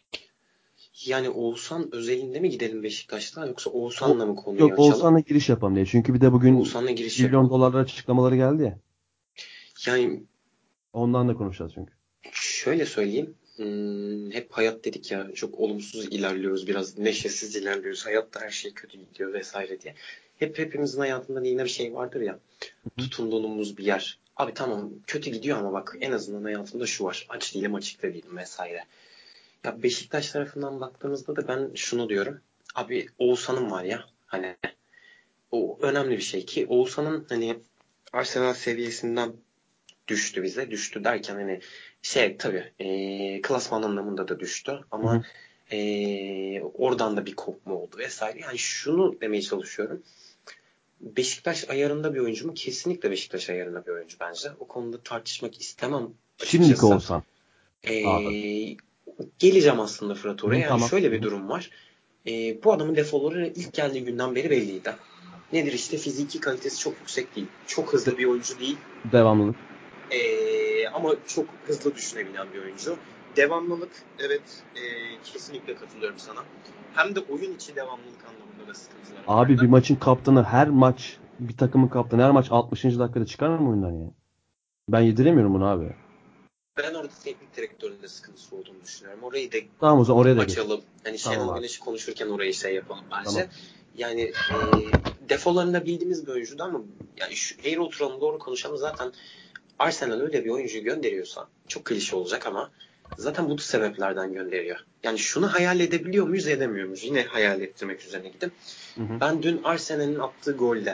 Yani Oğuzhan özelinde mi gidelim Beşiktaş'tan, yoksa O, Oğuzhan'la mı konuyu yok, açalım? Oğuzhan'la giriş yapalım diye. Çünkü bir de bugün Oğuzhan'la giriş milyon yapalım. dolarlar açıklamaları geldi ya. Yani Ondan da konuşacağız çünkü. şöyle söyleyeyim. Hmm, hep hayat dedik ya, çok olumsuz ilerliyoruz, biraz neşesiz ilerliyoruz. Hayatta her şey kötü gidiyor vesaire diye. Hep hepimizin hayatında yine bir şey vardır ya. Hı hı. Tutunduğumuz bir yer. Abi tamam kötü gidiyor ama bak en azından hayatımda şu var. Aç değilim, açıkta değilim vesaire. Ya Beşiktaş tarafından baktığımızda da ben şunu diyorum. Abi Oğuzhan'ım var ya, hani o önemli bir şey ki Oğuzhan'ın hani Arsenal seviyesinden düştü bize. Düştü derken hani şey tabii e, klasman anlamında da düştü Hı ama hı. e, oradan da bir kopma oldu vesaire. Yani şunu demeye çalışıyorum. Beşiktaş ayarında bir oyuncu mu? Kesinlikle Beşiktaş ayarında bir oyuncu bence. O konuda tartışmak istemem Şimdiki açıkçası. Oğuzhan abi. Ee, geleceğim aslında Fırat Hı oraya. hı, Yani tamam. şöyle Hı bir hı. durum var. Ee, bu adamın defoları ilk geldiği günden beri belliydi. Nedir işte, fiziki kalitesi çok yüksek değil. Çok De- hızlı bir oyuncu değil. devamlılık. Ee, ama çok hızlı düşünebilen bir oyuncu. Devamlılık, evet, e, kesinlikle katılıyorum sana. Hem de oyun içi devamlılık anlamında da sıkıntıları Abi bir vardı. maçın kaptanı, her maç bir takımın kaptanı her maç altmışıncı dakikada çıkar mı oyundan ya? Ben yediremiyorum bunu abi. Ben orada teknik direktörün de sıkıntısı olduğunu düşünüyorum. Orayı da Tamam, o zaman oraya da geç. açalım. Hani Tamam Şenol abi. Güneş'i konuşurken orayı şey yapalım Tamam. bence. Yani e, defolarını bildiğimiz bir oyuncuydu ama yani şu eğri oturalım doğru konuşalım, zaten Arsenal öyle bir oyuncuyu gönderiyorsa, çok klişe olacak ama zaten bu sebeplerden gönderiyor. Yani şunu hayal edebiliyor muyuz, edemiyor muyuz? Yine hayal ettirmek üzerine gidip. Hı hı. Ben dün Arsenal'in attığı golde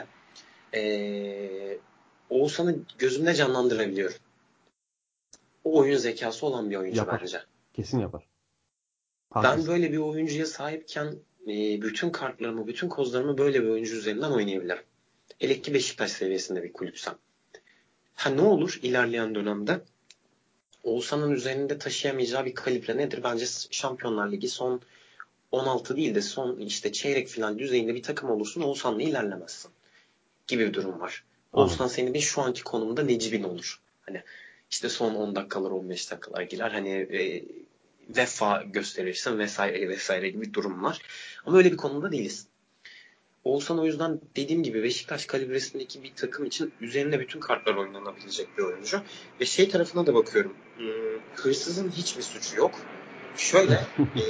e, Oğuzhan'ı gözümde canlandırabiliyorum. O oyun zekası olan bir oyuncu Yapar. bence. Kesin yapar. Ben Haklısın. böyle bir oyuncuya sahipken e, bütün kartlarımı, bütün kozlarımı böyle bir oyuncu üzerinden oynayabilirim. Hele ki Beşiktaş seviyesinde bir kulüpsem. Ha ne olur ilerleyen dönemde? Oğuzhan'ın üzerinde taşıyamayacağı bir kalibre nedir? Bence Şampiyonlar Ligi son on altı değil de son işte çeyrek final düzeyinde bir takım olursun, Oğuzhan'la ilerlemezsin gibi bir durum var. Anladım. Oğuzhan senin bir şu anki konumunda Necip'in olur. Hani işte son on dakikalar on beş dakikalar girer. Hani e, vefa gösterirsin vesaire vesaire gibi bir durum var. Ama öyle bir konumda değiliz. Oğuzhan o yüzden dediğim gibi Beşiktaş kalibresindeki bir takım için üzerine bütün kartlar oynanabilecek bir oyuncu. Ve şey tarafına da bakıyorum. Hmm, hırsızın hiçbir suçu yok. Şöyle e,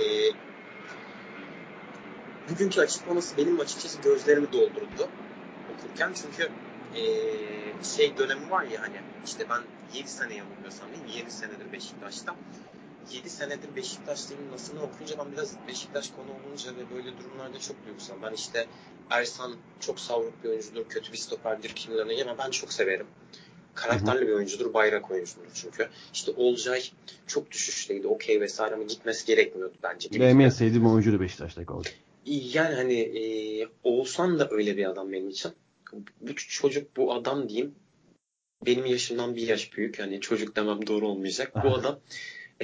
bugünkü açıklaması benim açıkçası gözlerimi doldurdu okurken. Çünkü e, şey dönemi var ya, hani işte ben yedi sene yanılmıyorsam değil mi? yedi senedir Beşiktaş'ta. yedi senedir Beşiktaş'ın nasılını okuyunca ben biraz Beşiktaş konu olunca ve böyle durumlarda çok duygusal. Ben işte Ersan çok savruk bir oyuncudur, kötü bir stoperdir kimlerine ama ben çok severim. Karakterli bir oyuncudur, bayrak oyuncudur çünkü. İşte Olcay çok düşüşteydi, okey vesaire ama gitmesi gerekmiyordu bence gibi Benim en gibi. sevdiğim oyuncuydu Beşiktaş'taki Olcay. Yani hani e, Oğuzhan da öyle bir adam benim için. Bu çocuk, bu adam diyeyim, benim yaşımdan bir yaş büyük. Yani çocuk demem doğru olmayacak. Bu adam e,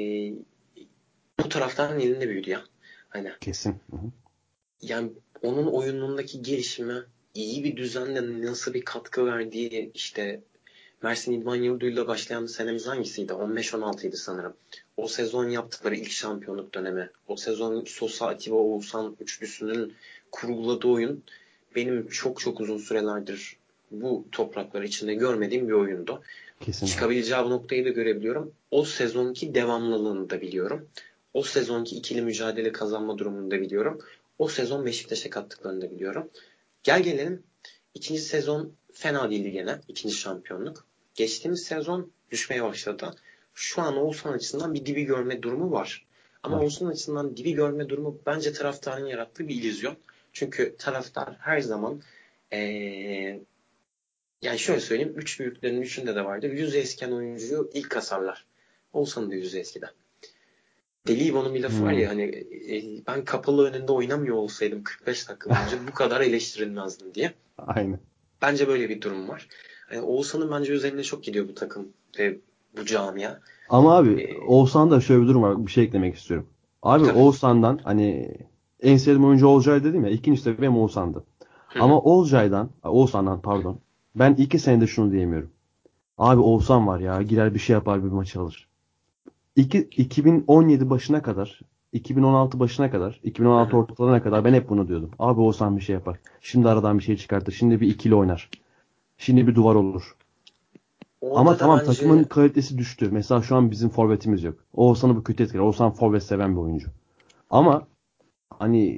bu taraftarın elinde büyüdü ya. Hani Kesin. Hı hı. yani onun oyunundaki gelişimi, iyi bir düzenle nasıl bir katkı verdiği, işte Mersin İdman Yurdu'yla başlayan senemiz hangisiydi? on beş on altıydı sanırım. O sezon yaptıkları ilk şampiyonluk dönemi. O sezon Sosa, Atiba, Oğuzhan üçlüsünün kurguladığı oyun benim çok çok uzun sürelerdir bu topraklar içinde görmediğim bir oyundu. Kesin abi. Çıkabileceği bu noktayı da görebiliyorum. O sezonki devamlılığını da biliyorum. O sezonki ikili mücadele kazanma durumunu da biliyorum. O sezon Beşiktaş'a kattıklarını da biliyorum. Gel gelelim ikinci sezon fena değildi gene. İkinci şampiyonluk. Geçtiğimiz sezon düşmeye başladı. Şu an Oğuzhan açısından bir dibi görme durumu var. Ama Var. Oğuzhan açısından dibi görme durumu bence taraftarın yarattığı bir illüzyon. Çünkü taraftar her zaman ee, yani şöyle söyleyeyim, üç büyüklerin üçünde de vardır. Yüzü esken oyuncuyu ilk kasarlar. Oğuzhan'ın da yüzü eskiden. Deli İbo'nun bir lafı var Hmm. ya, hani e, ben kapalı önünde oynamıyor olsaydım kırk beş dakika boyunca bu kadar eleştirilmezdim diye. Aynen. Bence böyle bir durum var. Yani Oğuzhan'ın bence üzerine çok gidiyor bu takım ve bu camia. Ama abi Ee, Oğuzhan'da şöyle bir durum var. Bir şey eklemek istiyorum. Abi tabii. Oğuzhan'dan hani en sevdiğim oyuncu Olcay dedim ya. İkincisi de benim Oğuzhan'dı. Hı hı. Ama Olcay'dan, Oğuzhan'dan pardon. Ben iki senede şunu diyemiyorum. Abi Oğuzhan var ya, girer bir şey yapar, bir maç alır. İki, iki bin on yedi başına kadar, iki bin on altı başına kadar, Hı iki bin on altı hı. ortalarına kadar ben hep bunu diyordum. Abi Oğuzhan bir şey yapar. Şimdi aradan bir şey çıkartır. Şimdi bir ikili oynar. Şimdi bir duvar olur. Ama Orada da tamam, takımın bence kalitesi düştü. Mesela şu an bizim forvetimiz yok. Oğuzhan'ı bu kötü etkiler. Oğuzhan forvet seven bir oyuncu. Ama hani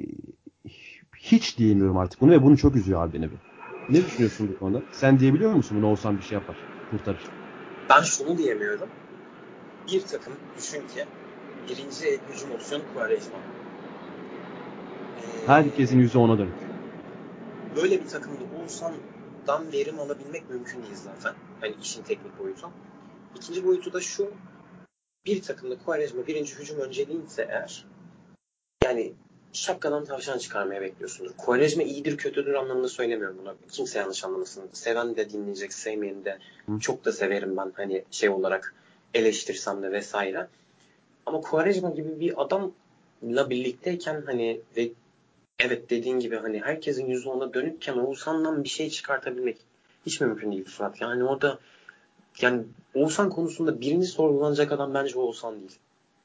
hiç diyemiyorum artık bunu ve bunu çok üzüyor abi beni. Ne düşünüyorsun bu konuda? Sen diyebiliyor musun bunu, Oğuzhan bir şey yapar, kurtarır? ben şunu diyemiyorum. Bir takım düşün ki birinci hücum opsiyonu Quaresma. Herkesin Ee, yüzü ona dönük. böyle bir takımda Oğuzhan'dan verim alabilmek mümkün değil zaten. Hani işin teknik boyutu. İkinci boyutu da şu. Bir takımda Quaresma birinci hücum önceliğinse eğer, yani şapkadan tavşan çıkarmaya bekliyorsundur. Quaresma iyidir kötüdür anlamında söylemiyorum buna. Kimse yanlış anlamasın. Seven de dinleyecek, sevmeyeni de Hı? çok da severim ben. Hani şey olarak eleştirsem de vesaire. Ama Quaresma gibi bir adamla birlikteyken hani ve evet dediğin gibi hani herkesin yüzü ona dönükken Oğuzhan'dan bir şey çıkartabilmek hiç mümkün değil Fırat. Yani orada, yani Oğuzhan konusunda birinci sorgulanacak adam bence Oğuzhan değil.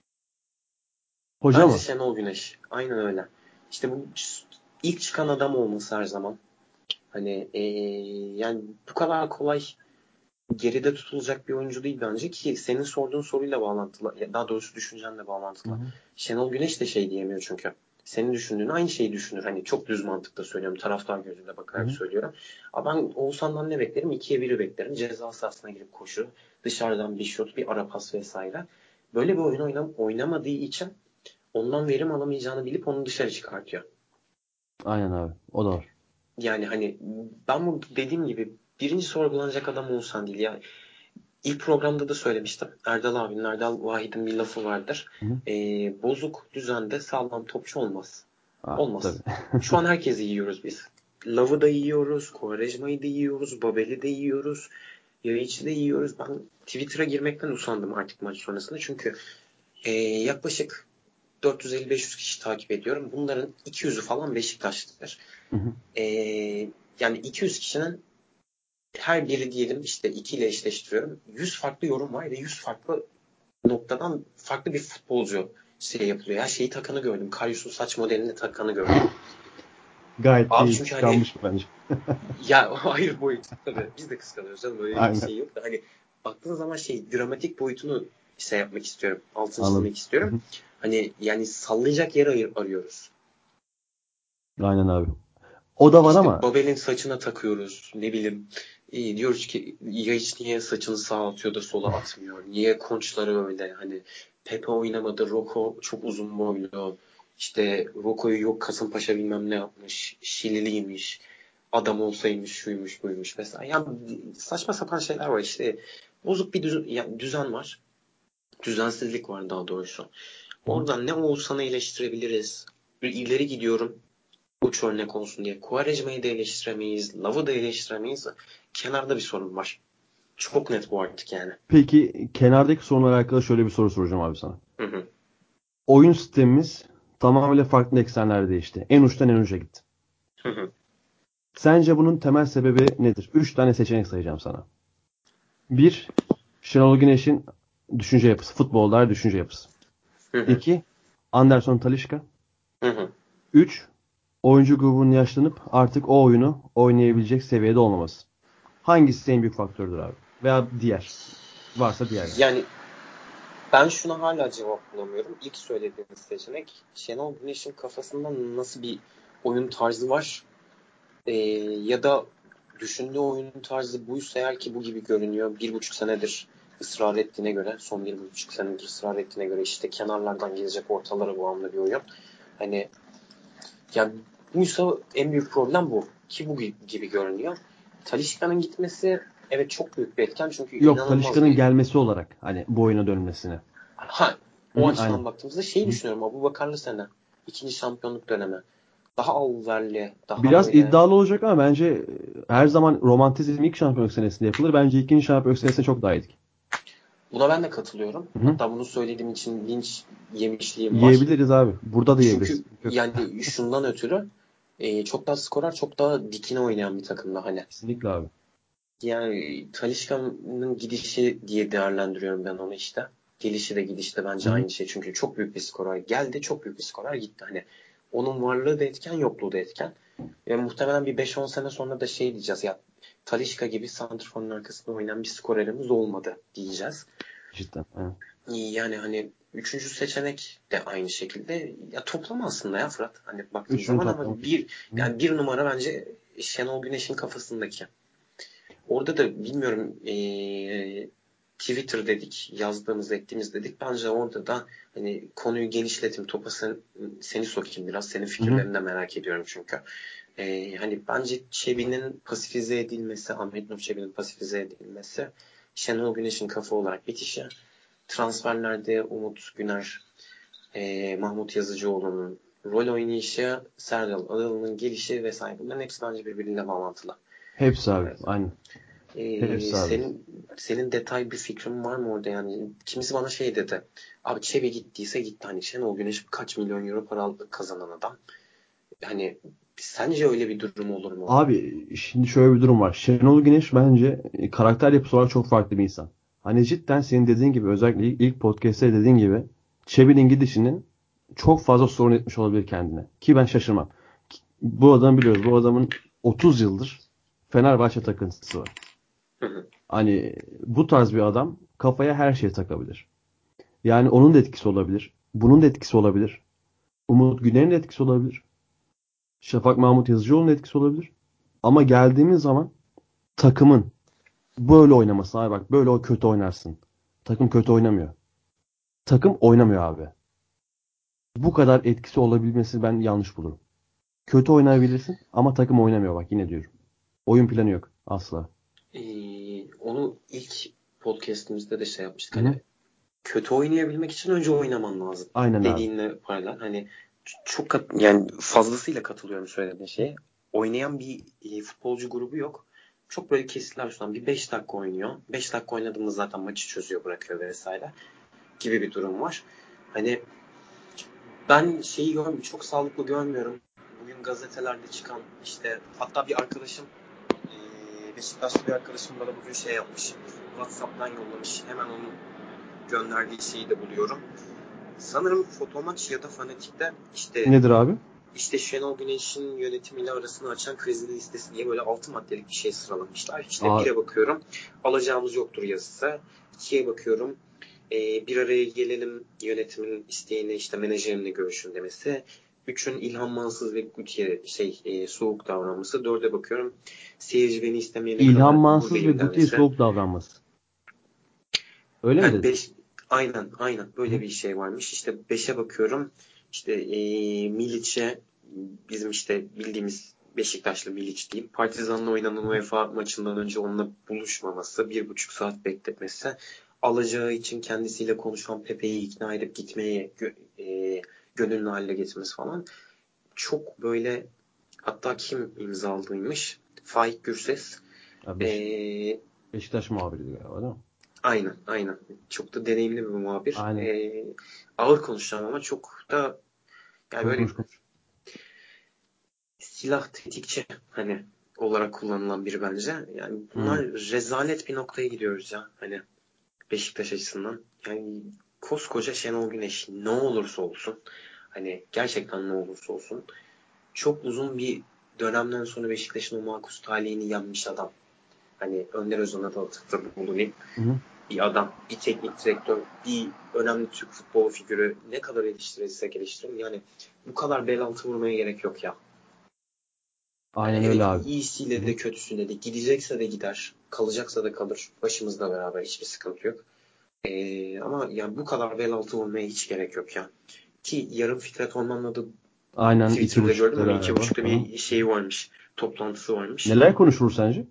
Hoca Bence mı? Şenol Güneş. Aynen öyle. İşte bu ilk çıkan adam olması her zaman. Hani ee, yani bu kadar kolay geride tutulacak bir oyuncu değil bence ki senin sorduğun soruyla bağlantılı, daha doğrusu düşüncenle Hı bağlantılı. hı. Şenol Güneş de şey diyemiyor çünkü. Senin düşündüğün aynı şeyi düşünür. Hani çok düz mantıkla söylüyorum. Taraftar gözüyle Hı bakarak hı. söylüyorum. Ama ben Oğuzhan'dan ne beklerim? ikiye biri beklerim. Ceza sahasına girip koşu. Dışarıdan bir şut, bir ara pas vesaire. Böyle bir oyun oynam oynamadığı için ondan verim alamayacağını bilip onu dışarı çıkartıyor. Aynen abi. O da var. Yani hani ben bu dediğim gibi birinci sorgulanacak adam Oğuzhan değil. Yani İlk programda da söylemiştim. Erdal abinin, Erdal Vahid'in bir lafı vardır. Hı hı. Ee, bozuk düzende sağlam topçu olmaz. Ah, tabii. Olmaz. Şu an herkesi yiyoruz biz. Lav'ı da yiyoruz, Quaresma'yı da yiyoruz, Babel'i de yiyoruz. ya içi de yiyoruz. Ben Twitter'a girmekten usandım artık maç sonrasında. Çünkü e, yaklaşık dört yüz elli beş yüz kişi takip ediyorum. Bunların iki yüzü falan Beşiktaşlıdır. Hı hı. E, yani iki yüz kişinin her biri diyelim işte iki ile eşleştiriyorum. yüz farklı yorum var ve yüz farklı noktadan farklı bir futbolcu şey yapılıyor. Her şeyi takanı gördüm. Karius'un saç modelini takanı gördüm. Gayet Abi iyi çünkü hani kıskanmış bence. ya hayır boyut tabii biz de kıskanıyoruz canım böyle bir Aynen. şey yok da hani baktığın zaman şey dramatik boyutunu şey yapmak istiyorum. Altını Anladım. çizmek istiyorum. Hani yani sallayacak yer ar- arıyoruz. Aynen abi. O da var İşte ama Babel'in saçına takıyoruz. Ne bileyim iyi diyoruz ki ya hiç niye saçını sağa atıyor da sola atmıyor? Niye konçları öyle? Hani Pepe oynamadı. Rocco çok uzun boylu. İşte Rocco'yu yok Kasımpaşa bilmem ne yapmış. Şililiymiş. Adam olsaymış şuymuş buymuş mesela. Yani saçma sapan şeyler var işte. Bozuk bir düzen, yani düzen var. Düzensizlik var daha doğrusu. Oradan ne Oğuzhan'ı eleştirebiliriz? Bir ileri gidiyorum uç örnek olsun diye. Quaresma'yı da eleştiremeyiz. Love'ı da eleştiremeyiz. Kenarda bir sorun var. Çok net bu artık yani. peki kenardaki sorunla alakalı şöyle bir soru soracağım abi sana. Hı hı. Oyun sistemimiz tamamıyla farklı eksenlerde değişti. En uçtan en uca gitti. Hı hı. Sence bunun temel sebebi nedir? Üç tane seçenek sayacağım sana. Bir, Şenol Güneş'in düşünce yapısı. Futbollar düşünce yapısı. Hı hı. İki, Anderson Talisca. Hı hı. Üç, oyuncu grubunun yaşlanıp artık o oyunu oynayabilecek seviyede olmaması. Hangisi en büyük faktördür abi? Veya diğer. Varsa diğerler. Yani ben şuna hala cevap bulamıyorum. İlk söylediğiniz seçenek Şenol Güneş'in kafasında nasıl bir oyun tarzı var? Ee, ya da düşündüğü oyun tarzı buysa eğer ki bu gibi görünüyor. Bir buçuk senedir ısrar ettiğine göre, son bir buçuk senedir ısrar ettiğine göre işte kenarlardan gelecek ortalara bağımlı bir oyun. Hani yani buysa en büyük problem bu. Ki bu gibi görünüyor. Talisca'nın gitmesi evet çok büyük bir etken çünkü Yok, inanılmaz Talisca'nın bir gelmesi olarak hani bu oyuna dönmesine. ha Hı o hı, açıdan aynen. baktığımızda şeyi Hı hı. düşünüyorum. Abubakarlı sene ikinci şampiyonluk dönemi. Daha alverli, daha Biraz böyle iddialı olacak ama bence e, her zaman romantizm ilk şampiyonluk senesinde yapılır. Bence ikinci şampiyonluk senesinde çok daha iyiydik. buna ben de katılıyorum. Hı hı. Hatta bunu söylediğim için linç yemişliğim var. Yiyebiliriz abi. Burada da yiyebiliriz. Çünkü Sıkıntı yok. yani şundan ötürü e, çok daha skorer, çok daha dikine oynayan bir takımda hani. Kesinlikle abi. Yani Talisca'nın gidişi diye değerlendiriyorum ben onu işte. Gelişi de gidişi de Hı bence hı. aynı şey. Çünkü çok büyük bir skorer geldi, çok büyük bir skorer gitti. Hani onun varlığı da etken, yokluğu da etken. Yani muhtemelen bir beş on sene sonra da şey diyeceğiz ya Talisca gibi santrforun arkasında oynayan bir skorerimiz olmadı diyeceğiz. Cidden. Aynen. Yani hani üçüncü seçenek de aynı şekilde ya toplam aslında ya Fırat. Hani baktığın Üçünü zaman toplam. ama bir Hı hı. yani bir numara bence Şenol Güneş'in kafasındaki. Orada da bilmiyorum eee, Twitter dedik, yazdığımız, ettiğimiz dedik. Bence orada da hani konuyu genişletim, topa sen, seni sokayım biraz. Senin Hı hı. fikirlerini de merak ediyorum çünkü. Eee, hani bence Çebi'nin pasifize edilmesi, Ahmet Nur Çebi'nin pasifize edilmesi, Şenol Güneş'in kafa olarak bitişi, transferlerde Umut Güner, eee, Mahmut Yazıcıoğlu'nun rol oynayışı, Serdal Adalı'nın gelişi vesaire bunların hepsi bence birbiriyle bağlantılı. Hepsi abi. Evet. Aynen. Ee, Hepsi abi. senin senin detay bir fikrin var mı orada yani? Kimisi bana şey dedi. Abi Çebi gittiyse gitti. Hani Şenol Güneş kaç milyon euro para aldı kazanan adam. Hani sence öyle bir durum olur mu? Abi şimdi şöyle bir durum var. Şenol Güneş bence e, karakter yapısı olarak çok farklı bir insan. Hani cidden senin dediğin gibi özellikle ilk, ilk podcast'te dediğin gibi Çebi'nin gidişinin çok fazla sorun etmiş olabilir kendine. Ki ben şaşırmam. Ki- Bu adamı biliyoruz. Bu adamın otuz yıldır Fenerbahçe takıntısı var. Hı hı. Hani bu tarz bir adam kafaya her şeyi takabilir. Yani onun da etkisi olabilir. Bunun da etkisi olabilir. Umut Güner'in de etkisi olabilir. Şafak Mahmut Yazıcıoğlu'nun da etkisi olabilir. Ama geldiğimiz zaman takımın böyle oynaması abi, bak böyle o kötü oynarsın. Takım kötü oynamıyor. Takım oynamıyor abi. Bu kadar etkisi olabilmesi ben yanlış bulurum. Kötü oynayabilirsin ama takım oynamıyor, bak yine diyorum. Oyun planı yok asla. Ee, onu ilk podcast'imizde de şey yapmıştık. Hı hı. Hani kötü oynayabilmek için önce oynaman lazım. Aynen abi. Dediğinle paralel. Hani çok kat, yani fazlasıyla katılıyorum söylediğin şeye. Oynayan bir e, futbolcu grubu yok. Çok böyle kesitler sunan bir beş dakika oynuyor. beş dakika oynadığında zaten maçı çözüyor, bırakıyor vesaire gibi bir durum var. Hani ben şeyi görmüyorum, çok sağlıklı görmüyorum. Bugün gazetelerde çıkan işte, hatta bir arkadaşım, Beşiktaşlı bir arkadaşım bana bugün şey yapmış. WhatsApp'tan yollamış. Hemen onun gönderdiği şeyi de buluyorum. Sanırım Fotomaç ya da Fanatik'te işte Nedir abi? işte Şenol Güneş'in yönetimiyle arasını açan krizli listesi diye böyle altı maddelik bir şey sıralamışlar. İşte Aa. bire bakıyorum, alacağımız yoktur yazısı. İkiye bakıyorum, e, bir araya gelelim yönetimin isteğini işte menajerimle görüşün demesi. Üçün İlhan Mansız ve Guti'ye şey e, soğuk davranması. Dörde bakıyorum, seyirci beni istemeyene İlhan kadar Mansız ve buradayım Guti'ye demesi. soğuk davranması. Öyle mi Yani dedin? beş, aynen aynen böyle Hı. bir şey varmış. İşte beşe bakıyorum. İşte e, Miliç'e, bizim işte bildiğimiz Beşiktaşlı Miliç diyeyim, Partizan'la oynanan UEFA maçından önce onunla buluşmaması, bir buçuk saat bekletmesi, alacağı için kendisiyle konuşan Pepe'yi ikna edip gitmeye gö, e, gönüllü hale getirmesi falan. Çok böyle, hatta kim imzalıymış? Faik Gürses. Ya E, Beş, Beşiktaş muhabiriydi galiba değil mi? Aynen, aynen. Çok da deneyimli bir muhabir. Aynen. Ee, ağır konuşan ama çok da yani böyle Konuş konuş. silah tetikçi hani olarak kullanılan biri bence. Yani bunlar Hı. rezalet bir noktaya gidiyoruz ya hani Beşiktaş açısından. Yani koskoca Şenol Güneş ne olursa olsun, hani gerçekten ne olursa olsun, çok uzun bir dönemden sonra Beşiktaş'ın o makus talihini yenmiş adam. Hani Önder Özan'a da atıfta bulunayım. Hı hı. Bir adam, bir teknik direktör, bir önemli Türk futbol figürü ne kadar eleştirilirse eleştirin. Yani bu kadar bel altı vurmaya gerek yok ya. Yani Aynen öyle evet, abi. iyisiyle Hı de hı. kötüsüyle de, gidecekse de gider, kalacaksa da kalır. Başımızla beraber, hiçbir sıkıntı yok. Ee, ama yani bu kadar bel altı vurmaya hiç gerek yok ya. Ki yarın Fikret Orman'la da Aynen iki Twitter'da gördüm buçukta ama iki galiba. buçukta Aha. bir şeyi varmış. Toplantısı varmış. Neler konuşulur sence?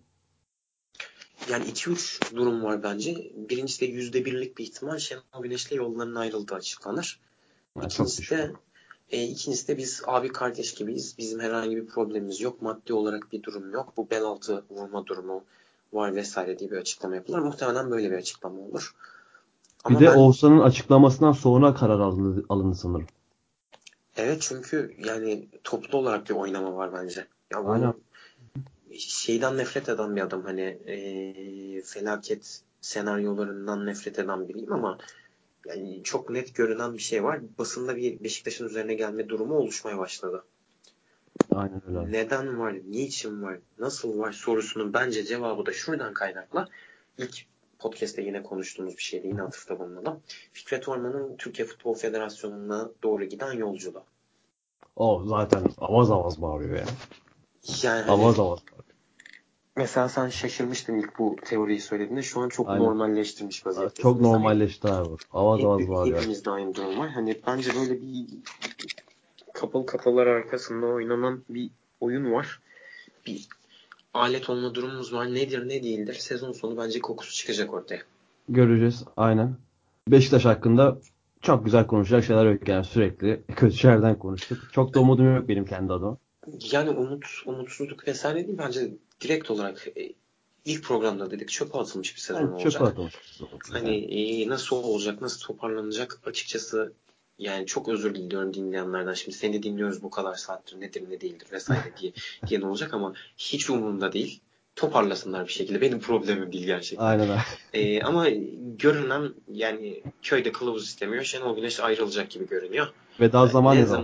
Yani iki üç durum var bence. Birincisi de yüzde birlik bir ihtimal Şenol Güneş'le yollarının ayrıldığı açıklanır. Yani çok İkincisi düşük. de e, ikincisi de biz abi kardeş gibiyiz. Bizim herhangi bir problemimiz yok. Maddi olarak bir durum yok. Bu bel altı vurma durumu var vesaire diye bir açıklama yapılır. Muhtemelen böyle bir açıklama olur. Bir Ama de ben, Oğuzhan'ın açıklamasından sonra karar alındı, alındı sanırım. evet, çünkü yani toplu olarak bir oynama var bence. Ya Aynen. bu şeyden nefret eden bir adam, hani e, felaket senaryolarından nefret eden biriyim ama yani çok net görünen bir şey var. Basında bir Beşiktaş'ın üzerine gelme durumu oluşmaya başladı. Aynen öyle abi. Neden var, niçin var, nasıl var sorusunun bence cevabı da şuradan kaynaklı. İlk podcast'te yine konuştuğumuz bir şeydi, yine atıfta bulunalım. Fikret Orman'ın Türkiye Futbol Federasyonu'na doğru giden yolculuğu. O zaten avaz avaz bağırıyor ya. Yani hani Avaz avaz bağırıyor. mesela sen şaşırmıştın ilk bu teoriyi söylediğinde, şu an çok Aynen. normalleştirmiş Çok vaziyettesin. Mesela hep, normalleşti abi. Avaz hep avaz bağırıyor. hepimizde aynı durum var. Hani bence böyle bir kapalı kapılar arkasında oynanan bir oyun var. Bir alet olma durumumuz var. Nedir ne değildir? Sezon sonu bence kokusu çıkacak ortaya. Göreceğiz. Aynen. Beşiktaş hakkında çok güzel konuşacak şeyler yok yani sürekli. Kötü şeylerden konuştuk. Çok da umudum yok benim kendi adıma. Yani umut, umutsuzluk vesaire değil. Bence direkt olarak e, ilk programda dedik, çöpe atılmış bir sezon Ben çöpe olacak. atılmış bir sezon çünkü Hani yani. e, nasıl olacak, nasıl toparlanacak açıkçası, yani çok özür diliyorum dinleyenlerden. Şimdi seni dinliyoruz bu kadar saattir, nedir ne değildir vesaire diye diye ne olacak, ama hiç umurumda değil. Toparlasınlar bir şekilde. Benim problemim değil gerçekten. Aynen öyle. E, ama görünen, yani köyde kılavuz istemiyor. Şenol Güneş ayrılacak gibi görünüyor. Veda E, zamanı ne ne zaman? zaman?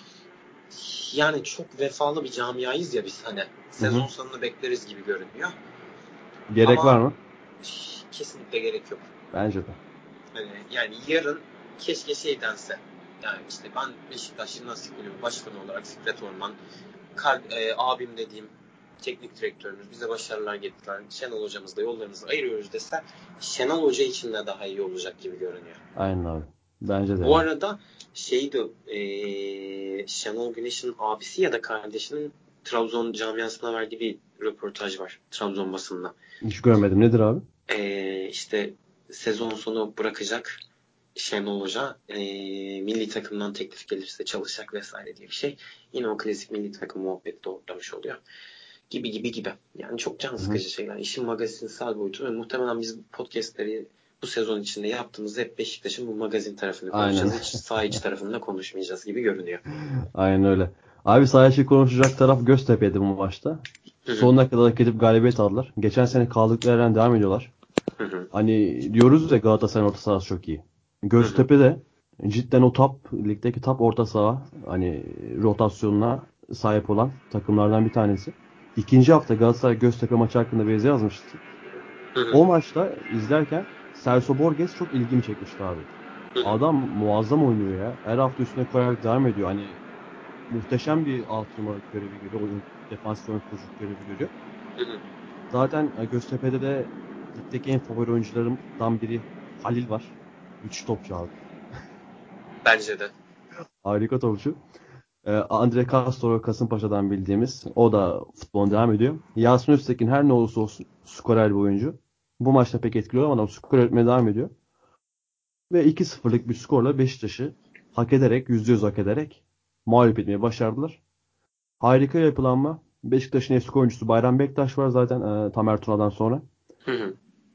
Yani çok vefalı bir camiayız ya biz, hani Hı sezon hı. sonunu bekleriz gibi görünüyor. Gerek var Ama mı? kesinlikle gerek yok. Bence de. Hani yani yarın keşke şey dense. Yani işte ben Beşiktaş Jimnastik Kulübü Başkanı olarak Fikret Orman, kal, e, abim dediğim teknik direktörümüz bize başarılar getiren Şenol hocamızla yollarımızı ayırıyoruz dese, Şenol Hoca için de daha iyi olacak gibi görünüyor. Aynen abi. Bence de Bu yani. arada şeydi, e, Şenol Güneş'in abisi ya da kardeşinin Trabzon camiasına verdiği bir röportaj var Trabzon basında. Hiç görmedim. Nedir abi? E, işte sezon sonu bırakacak Şenol Hoca, e, milli takımdan teklif gelirse çalışacak vesaire diye bir şey. Yine o klasik milli takım muhabbeti doğrulamış oluyor. gibi gibi gibi. Yani çok can Hı hı. sıkıcı şeyler. İşin magazinsel boyutu ve muhtemelen biz bu podcastleri bu sezon içinde yaptığımızda hep Beşiktaş'ın bu magazin tarafını Aynen. konuşacağız. Hiç saha içi tarafını da konuşmayacağız gibi görünüyor. Aynen öyle. Abi saha içi konuşacak taraf Göztepe'ydi bu maçta. Hı hı, Sonuna kadar hak edip galibiyet aldılar. Geçen sene kaldıkları yerden devam ediyorlar. hı hı, Hani diyoruz ya Galatasaray'ın orta sahası çok iyi. hı hı, Göztepe de cidden o top, ligdeki top orta saha hani rotasyonuna sahip olan takımlardan bir tanesi. İkinci hafta Galatasaray Göztepe maçı hakkında bir yazı yazmıştı. hı hı, O maçta izlerken Celso Borges çok ilgimi çekmişti abi. hı hı, Adam muazzam oynuyor ya. Her hafta üstüne koyarak devam ediyor. Hani muhteşem bir altı numaralık görevi görüyor. Oyun, defansif oyun kuruculuk görevi görüyor. hı hı. Zaten e, Göztepe'de de ligdeki en favori oyuncularımdan biri Halil var. Müthiş topçu abi. Bence de. Harika topçu. E, Andre Castro Kasımpaşa'dan bildiğimiz. O da futboluna devam ediyor. Yasin Öztekin her ne olursa olsun skorer bir oyuncu. Bu maçta pek etkili olamadı ama skor etmeye devam ediyor. Ve iki sıfırlık bir skorla Beşiktaş'ı hak ederek, yüzde yüz hak ederek mağlup etmeyi başardılar. Harika yapılanma. Beşiktaş'ın eski oyuncusu Bayram Bektaş var zaten e, Tamer Tuna'dan sonra. Hı hı.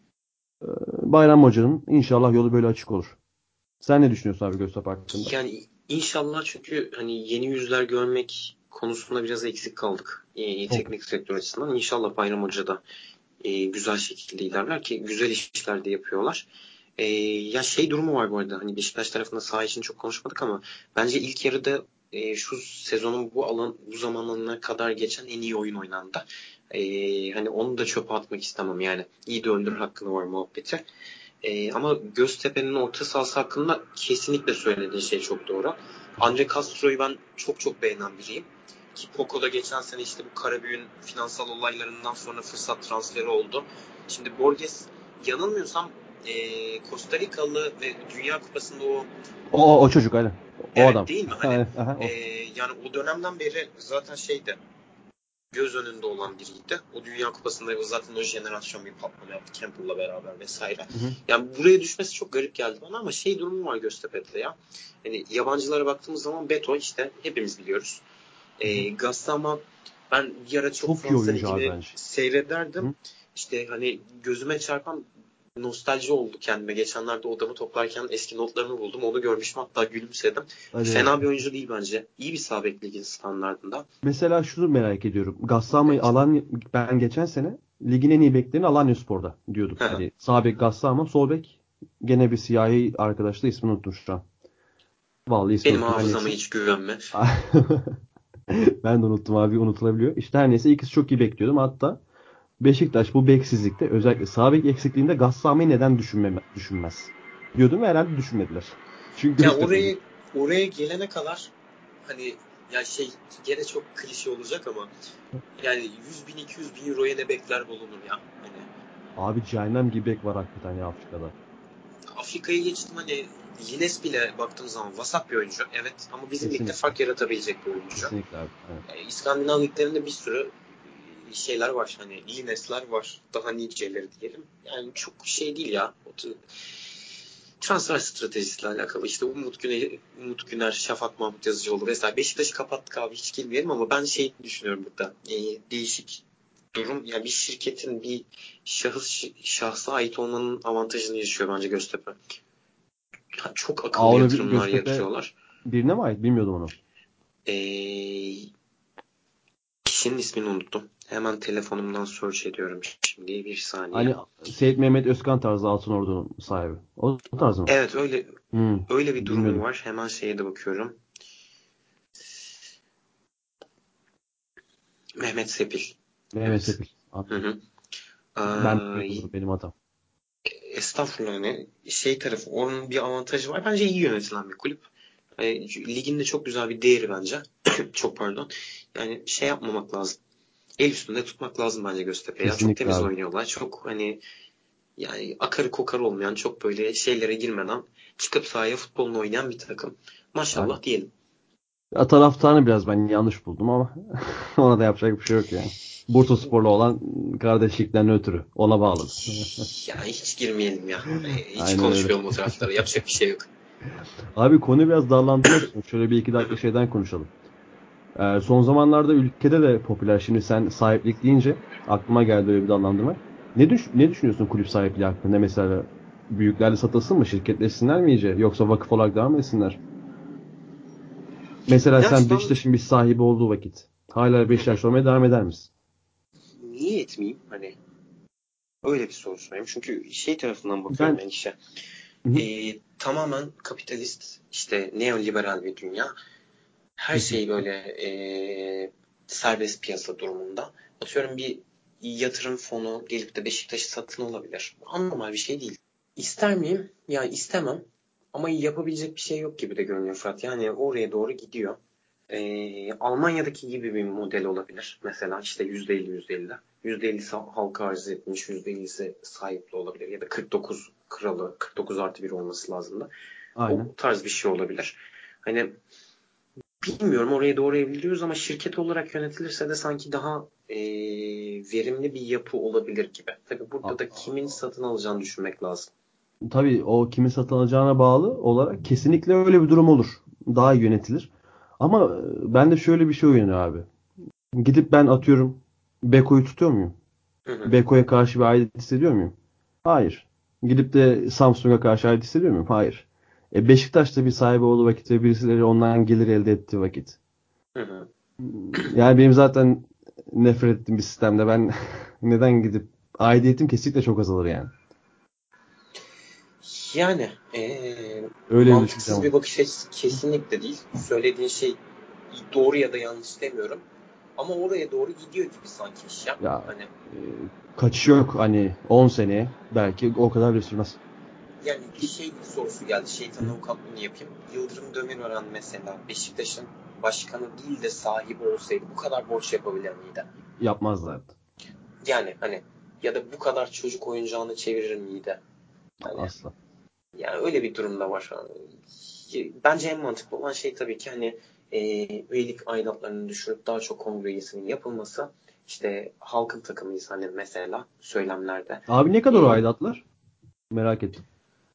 Bayram Hoca'nın inşallah yolu böyle açık olur. Sen ne düşünüyorsun abi Göztepe hakkında? Yani inşallah, çünkü hani yeni yüzler görmek konusunda biraz eksik kaldık. Ee, Çok. teknik sektör açısından. İnşallah Bayram Hoca da e, güzel şekilde ilerler ki güzel işler de yapıyorlar. E, ya şey durumu var bu arada, hani Beşiktaş tarafında saha için çok konuşmadık ama bence ilk yarıda e, şu sezonun bu alan bu zamanlarına kadar geçen en iyi oyun oynandı. E, hani onu da çöpe atmak istemem yani. İyi de öldür hakkını var muhabbeti. E, ama Göztepe'nin orta sahası hakkında kesinlikle söylediğin şey çok doğru. Andre Castro'yu ben çok çok beğenen biriyim. Ki Poco'da geçen sene işte bu Karabüyük'ün finansal olaylarından sonra fırsat transferi oldu. Şimdi Borges, yanılmıyorsam e, Costa Rikalı ve Dünya Kupası'nda o, O, o çocuk aynen. O evet adam. değil mi? Hani Aha, e, o. yani o dönemden beri zaten şeydi, göz önünde olan biriydi. O Dünya Kupası'nda zaten o jenerasyon bir patlama yaptı Campbell'la beraber vesaire. Hı hı. Yani buraya düşmesi çok garip geldi bana ama şey durumu var Göztepe'de ya. Hani yabancılara baktığımız zaman Beto işte hepimiz biliyoruz. Hı hı. E, Gassama, ben bir ara çok Çok iyi Fransa oyuncu abi Ligi'ni bence. Hı seyrederdim. hı. İşte hani gözüme çarpan nostalji oldu kendime. Geçenlerde odamı toplarken eski notlarımı buldum. Onu görmüştüm, hatta gülümsedim. Hadi. Fena bir oyuncu değil bence. İyi bir sağ bek ligin standartında. Mesela şunu merak ediyorum. Gassama'yı Evet. alan ben geçen sene ligin en iyi beklerini Alanyaspor'da diyordum. Hani sağ bek Gassama, sol bek gene bir siyahi arkadaş da ismini unuttum şu an. Vallahi ismini Benim unuttum. Her hafızama neyse. hiç güvenme. Ben de unuttum abi, unutulabiliyor. İşte her neyse ikisi çok iyi bekliyordum. Hatta Beşiktaş bu beksizlikte özellikle sağ bek eksikliğinde Gassama'yı neden düşünmeme, düşünmez diyordum ve herhalde düşünmediler. Çünkü Ya Göztepe'ydi. oraya oraya gelene kadar hani, ya şey, gene çok klişe olacak ama yani yüz bin iki yüz bin euroya ne bekler bulunur ya. Hani Abi cehennem gibi bek var hakikaten ya Afrika'da. Afrika'yı geçtim, hani Yines bile baktığım zaman vasat bir oyuncu. Evet, ama bizim ligde Kesinlikle. fark yaratabilecek bir oyuncu. Kesinlikle abi. Aynen. Yani İskandinav liglerinde bir sürü şeyler var. Hani Yines'ler var. Daha niceleri diyelim. Yani çok şey değil ya. Transfer stratejisiyle alakalı. İşte Umut Güner, Umut Güner, Şafak Mahmut Yazıcıoğlu vesaire. Beşiktaş'ı kapattık abi, hiç girmeyelim ama ben şey düşünüyorum burada. E, değişik durum. Yani bir şirketin bir şahıs şahsa ait olmanın avantajını yaşıyor bence Göztepe. Ha, çok Aa, akıllı onu bir yatırımlar Göztepe yapıyorlar. birine mi ait? Bilmiyordum onu. E, kişinin ismini unuttum. Hemen telefonumdan search ediyorum şimdi, bir saniye. Hani Seyit Mehmet Özkan tarzı Altınordu'nun sahibi. O tarz mı? Evet, öyle Hmm, öyle bir durumu bilmiyordum. var. Hemen şeye de bakıyorum. Mehmet Sepil. Mehmet Evet. Sepil. Hı Anladım. hı. Ben Ee, bilmiyordum, benim hatam. estağfurullah, hani şey tarafı, onun bir avantajı var. Bence iyi yönetilen bir kulüp. Yani, liginde çok güzel bir değeri bence. Çok pardon. Yani şey yapmamak lazım. El üstünde tutmak lazım bence Göztepe'yi. Ya çok Kesinlikle temiz abi. oynuyorlar. Çok hani, yani akarı kokarı olmayan, çok böyle şeylere girmeden çıkıp sahaya futbolunu oynayan bir takım. Aynen. Maşallah diyelim. Ya, taraftarını biraz ben yanlış buldum ama ona da yapacak bir şey yok yani. Bursasporlu olan kardeşlikten ötürü ona bağladı. Yani hiç girmeyelim ya. Ee, Hiç Aynen öyle. konuşmayalım o taraflara. Yapacak bir şey yok. Abi konu biraz darlandırmak için şöyle bir iki dakika şeyden konuşalım. Ee, son zamanlarda ülkede de popüler. Şimdi sen sahiplik deyince aklıma geldi öyle bir dallandırma. Ne, düş ne düşünüyorsun kulüp sahipliği hakkında? Mesela büyüklerle satılsın mı? Şirketleşsinler mi iyice? Yoksa vakıf olarak devam etsinler? Mesela Ne sen açıdan Beşiktaş'ın bir sahibi olduğu vakit hala Beşiktaş olmaya devam eder misin? niye etmeyeyim? Hani öyle bir soru sorayım. Çünkü şey tarafından bakıyorum Ben ben işe. Hı hı, Ee, tamamen kapitalist, işte neoliberal bir dünya. Her şey kesinlikle. böyle ee, serbest piyasa durumunda. Atıyorum bir yatırım fonu gelip de Beşiktaş'ı satın alabilir. Anormal bir şey değil. İster miyim? Ya istemem. Ama yapabilecek bir şey yok gibi de görünüyor Fırat. Yani oraya doğru gidiyor. Ee, Almanya'daki gibi bir model olabilir. Mesela işte yüzde elli yüzde elli. yüzde ellisi halka arz etmiş, yüzde ellisi sahipli olabilir. Ya da kırk dokuz kralı, kırk dokuz artı bir olması lazım da. O Aynen. tarz bir şey olabilir. Hani bilmiyorum, oraya doğru evriliyoruz ama şirket olarak yönetilirse de sanki daha e, verimli bir yapı olabilir gibi. Tabii burada da A- kimin satın alacağını düşünmek lazım. Tabii o kimi satın alacağına bağlı olarak kesinlikle öyle bir durum olur. Daha iyi yönetilir. Ama e, ben de şöyle bir şey uyanıyor abi. Gidip ben atıyorum Beko'yu tutuyor muyum? Hı hı. Beko'ya karşı bir aidiyet hissediyor muyum? Hayır. Gidip de Samsung'a karşı aidiyet hissediyor muyum? Hayır. E Beşiktaş'ta bir sahibi olduğu vakit ve birisileri ondan gelir elde ettiği vakit. Hı hı. Yani benim zaten nefret ettiğim bir sistemde ben neden gidip aidiyetim kesinlikle çok azalır yani. Yani eee, Öyle bir düşüncem mantıksız var. bir bakış açısı kesinlikle değil. Söylediğin şey doğru ya da yanlış demiyorum. Ama oraya doğru gidiyor gibi sanki iş ya. Ya Hani e, kaçışı yok hani on seneye belki o kadar bile sürmez. yani şey sorusu geldi. Hı Şeytan hı. avukatlığını yapayım. Yıldırım Demirören mesela Beşiktaş'ın başkanı değil de sahibi olsaydı bu kadar borç yapabilir miydi? Yapmazlardı. Yani hani ya da bu kadar çocuk oyuncağını çevirir miydi? Hani Asla. yani öyle bir durumda var. Bence en mantıklı olan şey tabii ki hani e, üyelik aidatlarını düşürüp daha çok kongre üyesinin yapılması. İşte halkın takımıyız hani mesela söylemlerde. Abi ne kadar o E, aidatlar? Merak ettim.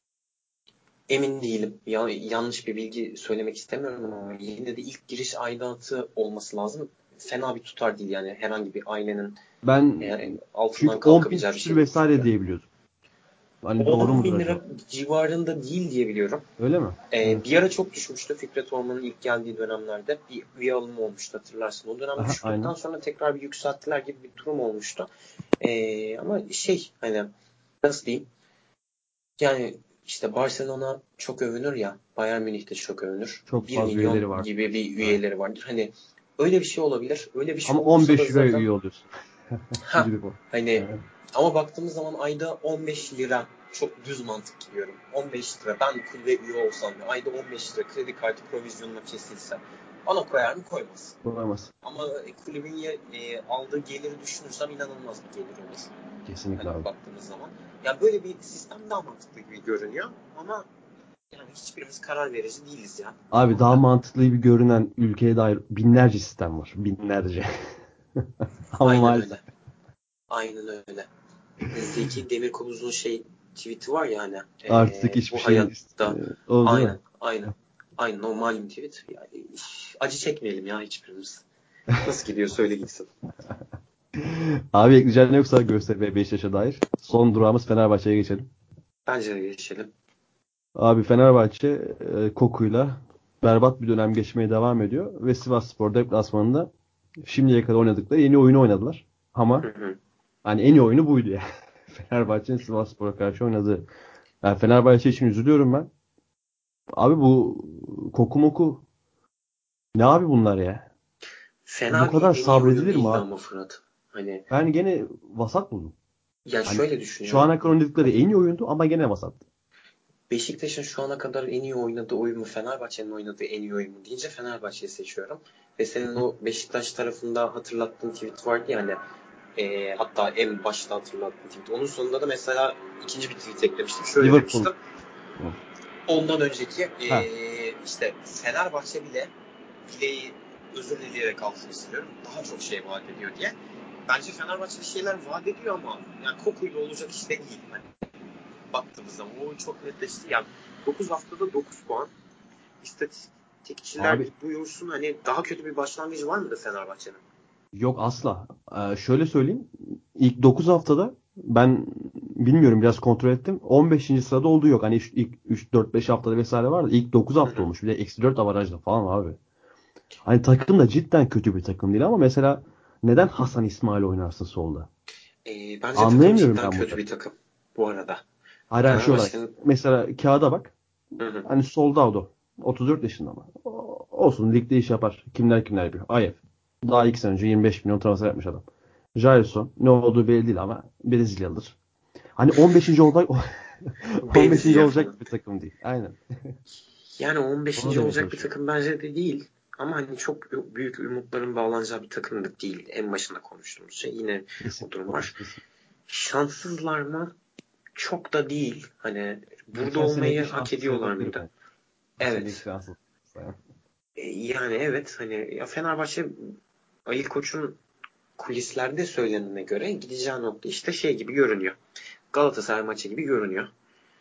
Emin değilim. Ya, yanlış bir bilgi söylemek istemiyorum ama yine de ilk giriş aidatı olması lazım. Fena bir tutar değil yani, herhangi bir ailenin Ben e, altından çünkü on bin kalkabileceği bir küsür şey değil vesaire çünkü. diye biliyordum. Hani doğru on mudur bin acaba? lira civarında değil diye biliyorum. Öyle mi? Ee, Evet. bir ara çok düşmüştü. Fikret Orman'ın ilk geldiği dönemlerde bir üye alımı olmuştu, hatırlarsın. O dönem Aha, düştükten aynen. sonra tekrar bir yükselttiler gibi bir durum olmuştu. Ee, ama şey hani nasıl diyeyim? Yani işte Barcelona çok övünür ya. Bayern Münih de çok övünür. Çok Bir fazla üyeleri milyon var. gibi bir Evet. üyeleri vardır. Hani öyle bir şey olabilir. Öyle bir şey Ama olursa da on beş euroya zaten üye oluyorsun. ha Gidip o. hani Evet. ama baktığımız zaman ayda on beş lira, çok düz mantık gidiyorum. on beş lira ben kulübe üye olsam ve ayda on beş lira kredi kartı provizyonuna kesilse bana koyar mı? Koymaz. Olamaz. Ama e, kulübün ye, e, aldığı geliri düşünürsem inanılmaz bir gelir olur. Kesinlikle Hani abi. baktığımız zaman. Yani böyle bir sistem daha mantıklı gibi görünüyor. Ama yani hiçbirimiz karar verici değiliz ya bu Abi daha konuda. mantıklı gibi görünen ülkeye dair binlerce sistem var. Binlerce. Ama Aynen maalesef. öyle. Aynen öyle. Zeki Demirkubuz'un şey tweet'i var ya hani Artık e, hiçbir bu şeyin hayatta e, o değil mi? aynen aynen aynen o malum tweet. Yani, acı çekmeyelim ya hiçbirimiz. Nasıl gidiyor söyle gitsin. Abi ekleyeceğin yoksa Göztepe Beşiktaş'a dair. Son durağımız Fenerbahçe'ye geçelim. Bence de geçelim. Abi Fenerbahçe e, Koku'yla berbat bir dönem geçmeye devam ediyor. Ve Sivasspor deplasmanında şimdiye kadar oynadıkları en iyi oyunu oynadılar. Hı Ama hı. hani en iyi oyunu buydu ya. Fenerbahçe'nin Sivasspor'a karşı oynadığı. Yani Fenerbahçe için üzülüyorum ben. Abi bu Koku Moku ne abi bunlar ya? Bu Fena kadar bir en iyi oyun sabredilir mi değildi abi? ama Fırat. Hani Ben gene vasat buldum. ya Hani şöyle şu düşünüyorum. ana kadar oynadıkları en iyi oyundu ama gene vasat. Beşiktaş'ın şu ana kadar en iyi oynadığı oyun mu, Fenerbahçe'nin oynadığı en iyi oyun mu deyince Fenerbahçe'yi seçiyorum. Ve senin o Beşiktaş tarafında hatırlattığın tweet vardı ya hani e, hatta en başta hatırlattığın tweet. Onun sonunda da mesela ikinci bir tweet eklemiştim. Şöyle Liverpool. demiştim. Ondan önceki e, Ha, işte Fenerbahçe bile bileği özür dileyerek altını istiyorum. Daha çok şey vaat ediyor diye. Bence Fenerbahçe bir şeyler vaat ediyor ama yani Koku'yla olacak iş de değil. Hani baktığımız zaman o çok netleşti. Yani dokuz haftada dokuz puan. İstatistik Tetikçiler Abi duyursun, hani daha kötü bir başlangıcı var mıdır Fenerbahçe'nin? yok asla. Ee, şöyle söyleyeyim. İlk dokuz haftada ben bilmiyorum biraz kontrol ettim. on beşinci sırada olduğu yok. Hani ilk ilk üç dört beş haftada vesaire vardı. İlk dokuz Hı hafta hı. olmuş. Bir de eksi dört avarajla falan abi. Hani takım da cidden kötü bir takım değil ama mesela neden Hasan İsmail oynarsın solda? Ee, bence takım Anlayamıyorum cidden ben kötü burada. bir takım bu arada. Hayır hayır şey olarak. Fenerbahçe'nin Mesela kağıda bak. hı hı. Hani Soldado. otuz dört yaşında mı? O- Olsun ligde iş yapar. Kimler kimler yapıyor. Ayev. Daha iki sene önce yirmi beş milyon transfer yapmış adam. Jailson. Ne olduğu belli değil ama Brezilyalıdır. Hani on beşinci olacak on beşinci Benziyor falan. olacak bir takım değil. Aynen. Yani Onu on beşinci demeye olacak bir çalışıyorum. takım bence de değil. Ama hani çok büyük umutların bağlanacağı bir takım da değil. En başında konuştuğumuz şey. Yine Kesin. o durum var. Orası kesin. Şanssızlar mı? Çok da değil. Hani burada Geçen seneki olmayı hak şanslı ediyorlar sayılabilir mıydı? bence. Bu seneki Evet. şanssız sayılır. E, Yani evet, hani ya Fenerbahçe Ali Koç'un kulislerde söylenene göre gideceği nokta işte şey gibi görünüyor. Galatasaray maçı gibi görünüyor.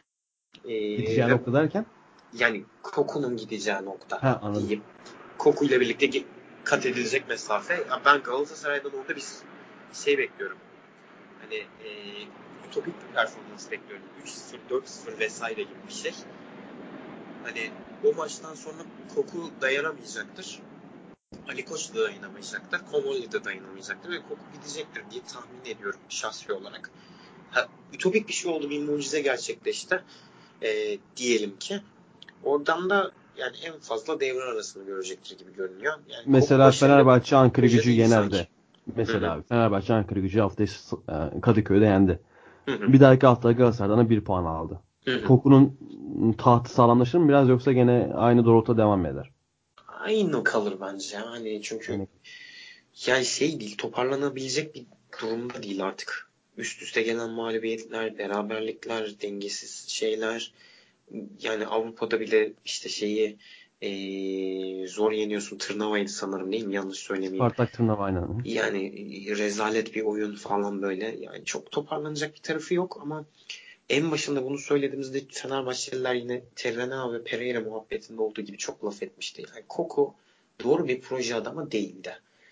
Ee, Gideceği ve nokta derken? yani Koku'nun gideceği nokta Ha anladım. diyeyim. Koku ile birlikte kat edilecek mesafe. Ya ben Galatasaray'dan orada bir şey bekliyorum. Hani e, ütopik bir performans bekliyorum. üç sıfır, dört sıfır vesaire gibi bir şey. Hani o maçtan sonra Koku dayanamayacaktır. Ali Koç da dayanamayacaktır. Komolli de dayanamayacaktır ve Koku gidecektir diye tahmin ediyorum şahsi olarak. Ha, ütopik bir şey oldu, bir mucize gerçekleşti. E, diyelim ki. Oradan da yani en fazla devre arasını görecektir gibi görünüyor. Yani Koku Mesela başarılı bir Fenerbahçe Ankara hoca Gücü değil yener sanki. de. Hı hı. Mesela abi Fenerbahçe Ankara Gücü haftayı e, Kadıköy'de yendi. Hı hı. Bir dahaki hafta Galatasaray'dan da bir puan aldı. Hı hı. Koku'nun tahtı sağlamlaşır mı biraz yoksa gene aynı doğrultuda devam mı eder? Aynı kalır bence. Yani çünkü Yani yani şey değil, toparlanabilecek bir durumda değil artık. Üst üste gelen mağlubiyetler, beraberlikler, dengesiz şeyler. Yani Avrupa'da bile işte şeyi eee, zor yeniyorsun. Tırnava'ydı sanırım, değil mi? Yanlış söylemeyeyim. Spartak Tırnava aynen. Yani e, rezalet bir oyun falan böyle. Yani çok toparlanacak bir tarafı yok ama en başında bunu söylediğimizde Fenerbahçeliler yine Terrena ve Pereira muhabbetinde olduğu gibi çok laf etmişti. Yani Koko doğru bir proje adamı değildi.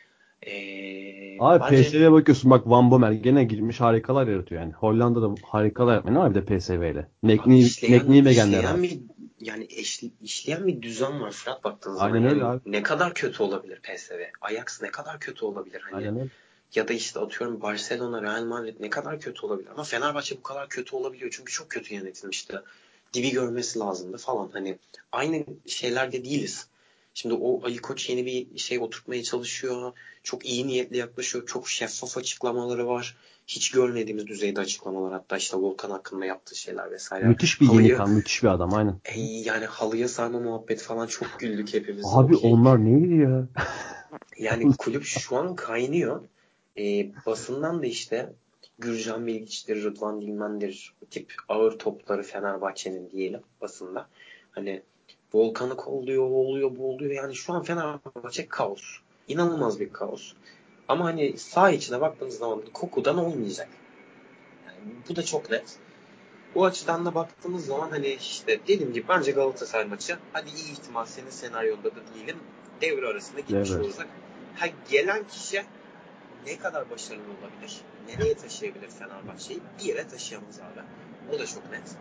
Ee, Abi bence P S V'ye bakıyorsun bak Van Bommel gene girmiş harikalar yaratıyor yani. Hollanda'da harikalar yapmıyor. Ne var bir de P S V ile? abi Nekni, işleyen Nekni Megenler işleyen abi. bir yani eşli, işleyen bir düzen var Fırat, baktığın zaman. Aynen öyle Yani abi. ne kadar kötü olabilir P S V? Ajax ne kadar kötü olabilir hani? Aynen öyle. Ya da işte atıyorum Barcelona, Real Madrid ne kadar kötü olabilir? Ama Fenerbahçe bu kadar kötü olabiliyor çünkü çok kötü yönetilmişti. Dibi görmesi lazımdı falan. Hani aynı şeylerde değiliz. Şimdi o Ali Koç yeni bir şey oturtmaya çalışıyor. Çok iyi niyetli yaklaşıyor. Çok şeffaf açıklamaları var. Hiç görmediğimiz düzeyde açıklamalar, hatta işte Volkan hakkında yaptığı şeyler vesaire. Müthiş bir yeni Halıyı kan, müthiş bir adam aynen. e, yani halıya sarma muhabbet falan, çok güldük hepimiz de, Abi okey. onlar neydi ya? Yani kulüp şu an kaynıyor. E, basından da işte Gürcan Bilgiç'tir, Rıdvan Dilmen'dir, bu tip ağır topları Fenerbahçe'nin diyelim basında. Hani Volkan'ı kolluyor, o oluyor, bu oluyor. Yani şu an Fenerbahçe kaos. İnanılmaz bir kaos. Ama hani sağ içine baktığınız zaman Koku'dan olmayacak. Yani bu da çok net. Bu açıdan da baktığımız zaman hani işte dediğim gibi bence Galatasaray maçı, hadi iyi ihtimal senin senaryonda da değilim, devre arasında gitmiş Evet. olacak. Ha, gelen kişi ne kadar başarılı olabilir? Nereye taşıyabilir Fenerbahçe'yi? Bir yere taşıyamaz abi. O da çok net.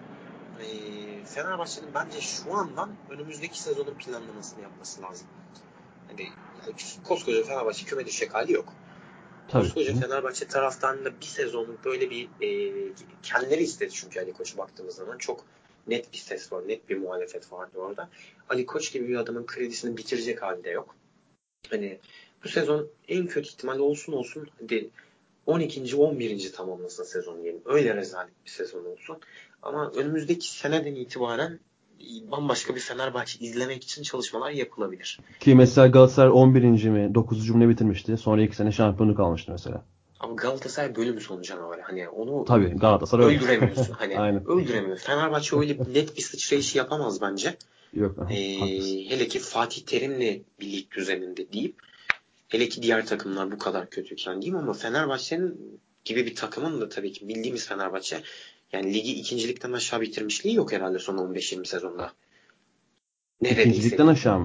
Ee, Fenerbahçe'nin bence şu andan önümüzdeki sezonun planlamasını yapması lazım. Hani yani koskoca Fenerbahçe küme düşecek hali yok. Tabii. Koskoca Hı. Fenerbahçe taraftarının da bir sezonluk böyle bir e, kendileri istedi çünkü Ali Koç'u baktığımız zaman çok net bir ses var, net bir muhalefet vardı orada. Ali Koç gibi bir adamın kredisini bitirecek halde yok. Hani bu sezon en kötü ihtimalle olsun olsun hadi on ikinci on birinci tamamlasın sezon diyelim. Öyle rezalet bir sezon olsun. Ama önümüzdeki seneden itibaren bambaşka bir Fenerbahçe izlemek için çalışmalar yapılabilir. Ki mesela Galatasaray on birinci mi dokuzuncu mu ne bitirmişti. Sonra iki sene şampiyonluk almıştı mesela. Ama Galatasaray bölüm sonu canavarı. Hani onu Tabii Galatasaray öyle. öldüremiyorsun. Hani Aynen. öldüremiyor. Fenerbahçe öyle net bir sıçrayışı yapamaz bence. Yok Ee, aha, haklısın. hele ki Fatih Terim'le bir lig düzeninde deyip, hele ki diğer takımlar bu kadar kötüyken diyeyim, ama Fenerbahçe'nin gibi bir takımın da tabii ki bildiğimiz Fenerbahçe, yani ligi ikincilikten aşağı bitirmişliği yok herhalde son on beş yirmi sezonda. Neredeyse İkincilikten diyeyim. aşağı mı?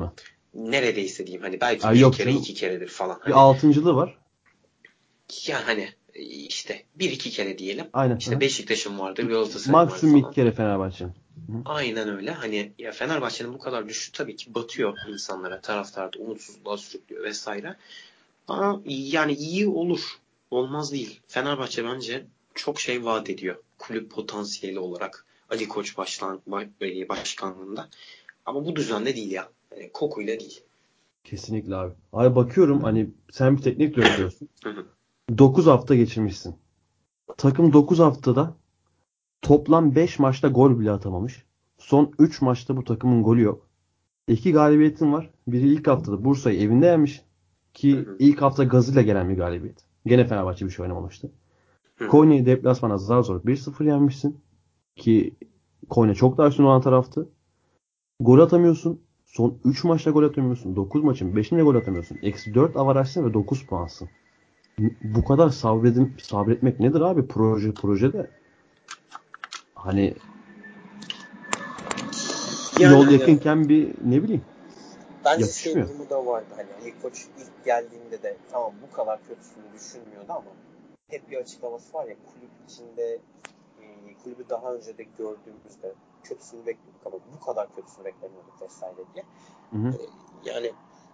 neredeyse diyeyim. Hani belki Ha, bir yok kere canım. iki keredir falan. Bir Hani altıncılığı var. ya hani işte bir iki kere diyelim. Aynen. Hı İşte hı. Beşiktaş'ın vardır, Galatasaray'ın vardır Maksimum iki falan. kere Fenerbahçe'nin. Hı hı. Aynen öyle. Hani ya Fenerbahçe'nin bu kadar düşüşü tabii ki batıyor insanlara. Taraftarda umutsuzluğa sürüklüyor vesaire. Ama yani iyi olur. Olmaz değil. Fenerbahçe bence çok şey vaat ediyor. Kulüp potansiyeli olarak. Ali Koç başlan, başkanlığında. Ama bu düzende değil ya. Yani Koku'yla değil. Kesinlikle abi. Abi bakıyorum hani sen bir teknik direktörsün. Hı hı. dokuz hafta geçirmişsin. Takım dokuz haftada toplam beş maçta gol bile atamamış. Son üç maçta bu takımın golü yok. iki galibiyetin var. Biri ilk haftada Bursa'yı evinde yenmiş. Hı Ki hı. ilk hafta gazıyla gelen bir galibiyet. Gene Fenerbahçe bir şey oynamamıştı. Hı hı. Konya'yı deplasmana zar zor bir sıfır yenmişsin. Ki Konya çok daha üstün olan taraftı. Gol atamıyorsun. Son üç maçta gol atamıyorsun. dokuz maçın beşinde gol atamıyorsun. Eksi dört avarajsın ve dokuz puansın. Bu kadar sabredin, sabretmek nedir abi? Proje projede. Hani Yani yol hani yakınken bir ne bileyim bence şey yakışmıyor. durumu da vardı. Hani Ali Koç ilk geldiğinde de tamam bu kadar kötüsünü düşünmüyordu ama hep bir açıklaması var ya kulüp içinde e, kulübü daha önce de gördüğümüzde kötüsünü bekliyorduk ama bu kadar kötüsünü beklemiyorduk vesaire diye. Hı hı. E, yani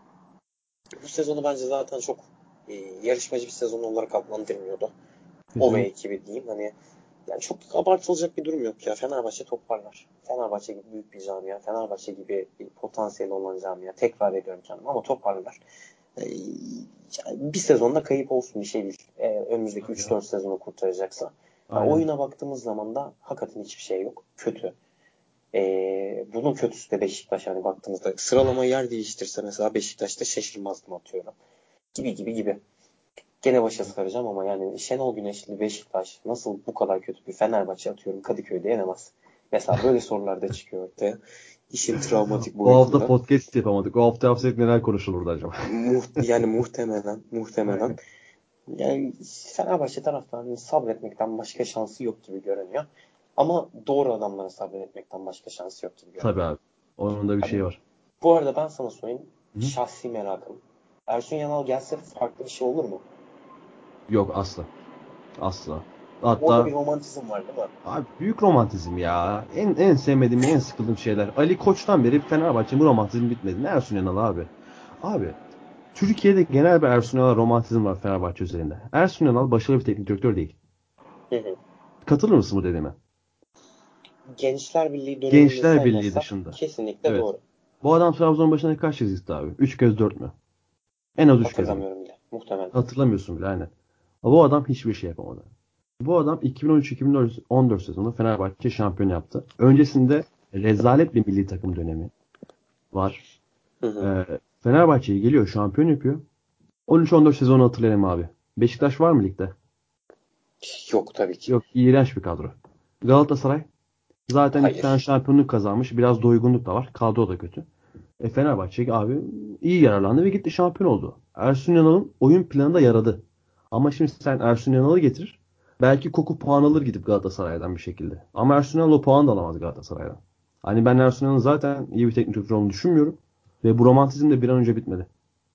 bu sezonu bence zaten çok e, yarışmacı bir sezon olarak adlandırmıyordu. O ve Kesinlikle. ekibi diyeyim. Hani yani çok abartılacak bir durum yok ya. Fenerbahçe toparlar. Fenerbahçe gibi büyük bir camia. Fenerbahçe gibi bir potansiyeli olan camia. Tekrar ediyorum canım ama toparlar. Ee, yani bir sezonda kayıp olsun bir şey değil. Ee, önümüzdeki üç Aynen. dört sezonu kurtaracaksa. Yani Aynen. oyuna baktığımız zaman da hakikaten hiçbir şey yok. Kötü. Ee, bunun kötüsü de Beşiktaş hani baktığımızda. Sıralama yer değiştirse mesela Beşiktaş'ta şaşırmazdım atıyorum. Gibi gibi gibi. Gene başa saracağım ama yani Şenol Güneşli Beşiktaş nasıl bu kadar kötü bir Fenerbahçe atıyorum Kadıköy'de yenemez. Mesela böyle sorular da çıkıyor ortaya. İşin travmatik O hafta boyutunda. podcast yapamadık. O hafta yapsaydık neler konuşulurdu acaba? Muht yani muhtemelen muhtemelen. Aynen. Yani Fenerbahçe taraftarının sabretmekten başka şansı yok gibi görünüyor. Ama doğru adamlara sabretmekten başka şansı yok gibi Tabii görünüyor. abi. Onun da bir Abi, şey var. bu arada ben sana söyleyeyim. Hı? Şahsi merakım. Ersun Yanal gelse farklı bir şey olur mu? Yok asla. Asla. Orada bir Hatta romantizm var değil mi? abi büyük romantizm ya. En en sevmediğim, en sıkıldığım şeyler. Ali Koç'tan beri Fenerbahçe bu romantizm bitmedi. Ne Ersun Yanal abi? Abi Türkiye'de genel bir Ersun Yanal romantizm var Fenerbahçe üzerinde. Ersun Yanal başarılı bir teknik direktör değil. Hı hı. Katılır mısın bu dediğime? Gençler Birliği dönemini Gençler Birliği saymazsak dışında. kesinlikle Evet. doğru. Bu adam Trabzon başına kaç kez gitti abi? Üç kez dört mü? En az üç kez ama. Hatırlamıyorum bile. Muhtemelen. Hatırlamıyorsun bile aynen. Bu adam hiçbir şey yapamadı. Bu adam iki bin on üç iki bin on dört sezonunda Fenerbahçe şampiyon yaptı. Öncesinde rezalet bir milli takım dönemi var. Hı hı. Ee, Fenerbahçe'yi geliyor şampiyon yapıyor. on üç on dört sezonu hatırlayalım abi. Beşiktaş var mı ligde? Yok tabii ki. Yok. İğrenç bir kadro. Galatasaray zaten iki tane Hayır. şampiyonluk kazanmış. Biraz doygunluk da var. Kadro da kötü. E Fenerbahçe abi iyi yararlandı ve gitti şampiyon oldu. Ersun Yanal'ın oyun planında yaradı. Ama şimdi sen Ersun Yanal'ı getir. Belki Koku puan alır gidip Galatasaray'dan bir şekilde. Ama Ersun Yanal o puan da alamaz Galatasaray'dan. Hani ben Ersun Yanal'ın zaten iyi bir teknik direktör olduğunu düşünmüyorum. Ve bu romantizm de bir an önce bitmedi.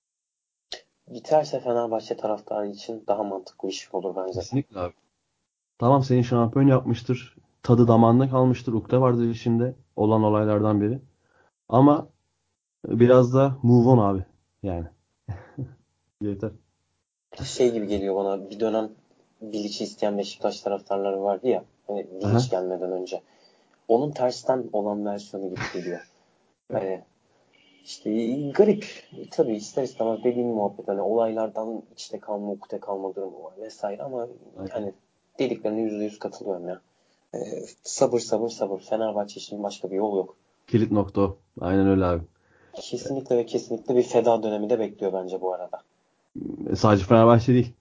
Biterse Fenerbahçe taraftarı için daha mantıklı iş olur bence de. Kesinlikle abi. Tamam seni şampiyon yapmıştır. Tadı damağında kalmıştır. Ukde vardır içinde olan olaylardan biri. Ama biraz da move on abi. Yani. Yeter. Şey gibi geliyor bana bir dönem Bilic'i isteyen Beşiktaş taraftarları vardı ya. Hani Bilic Aha. gelmeden önce. Onun tersten olan versiyonu gibi geliyor. Hani işte garip. Tabii ister istemez dediğim muhabbet hani olaylardan içte kalma, ukde kalma durumu var vesaire ama Aynen. yani dediklerine yüzde yüz katılıyorum ya. Ee, sabır sabır sabır. Fenerbahçe için başka bir yol yok. Kilit nokta o. Aynen öyle abi. Kesinlikle ve kesinlikle bir feda dönemi de bekliyor bence bu arada. E, sadece Fenerbahçe değil.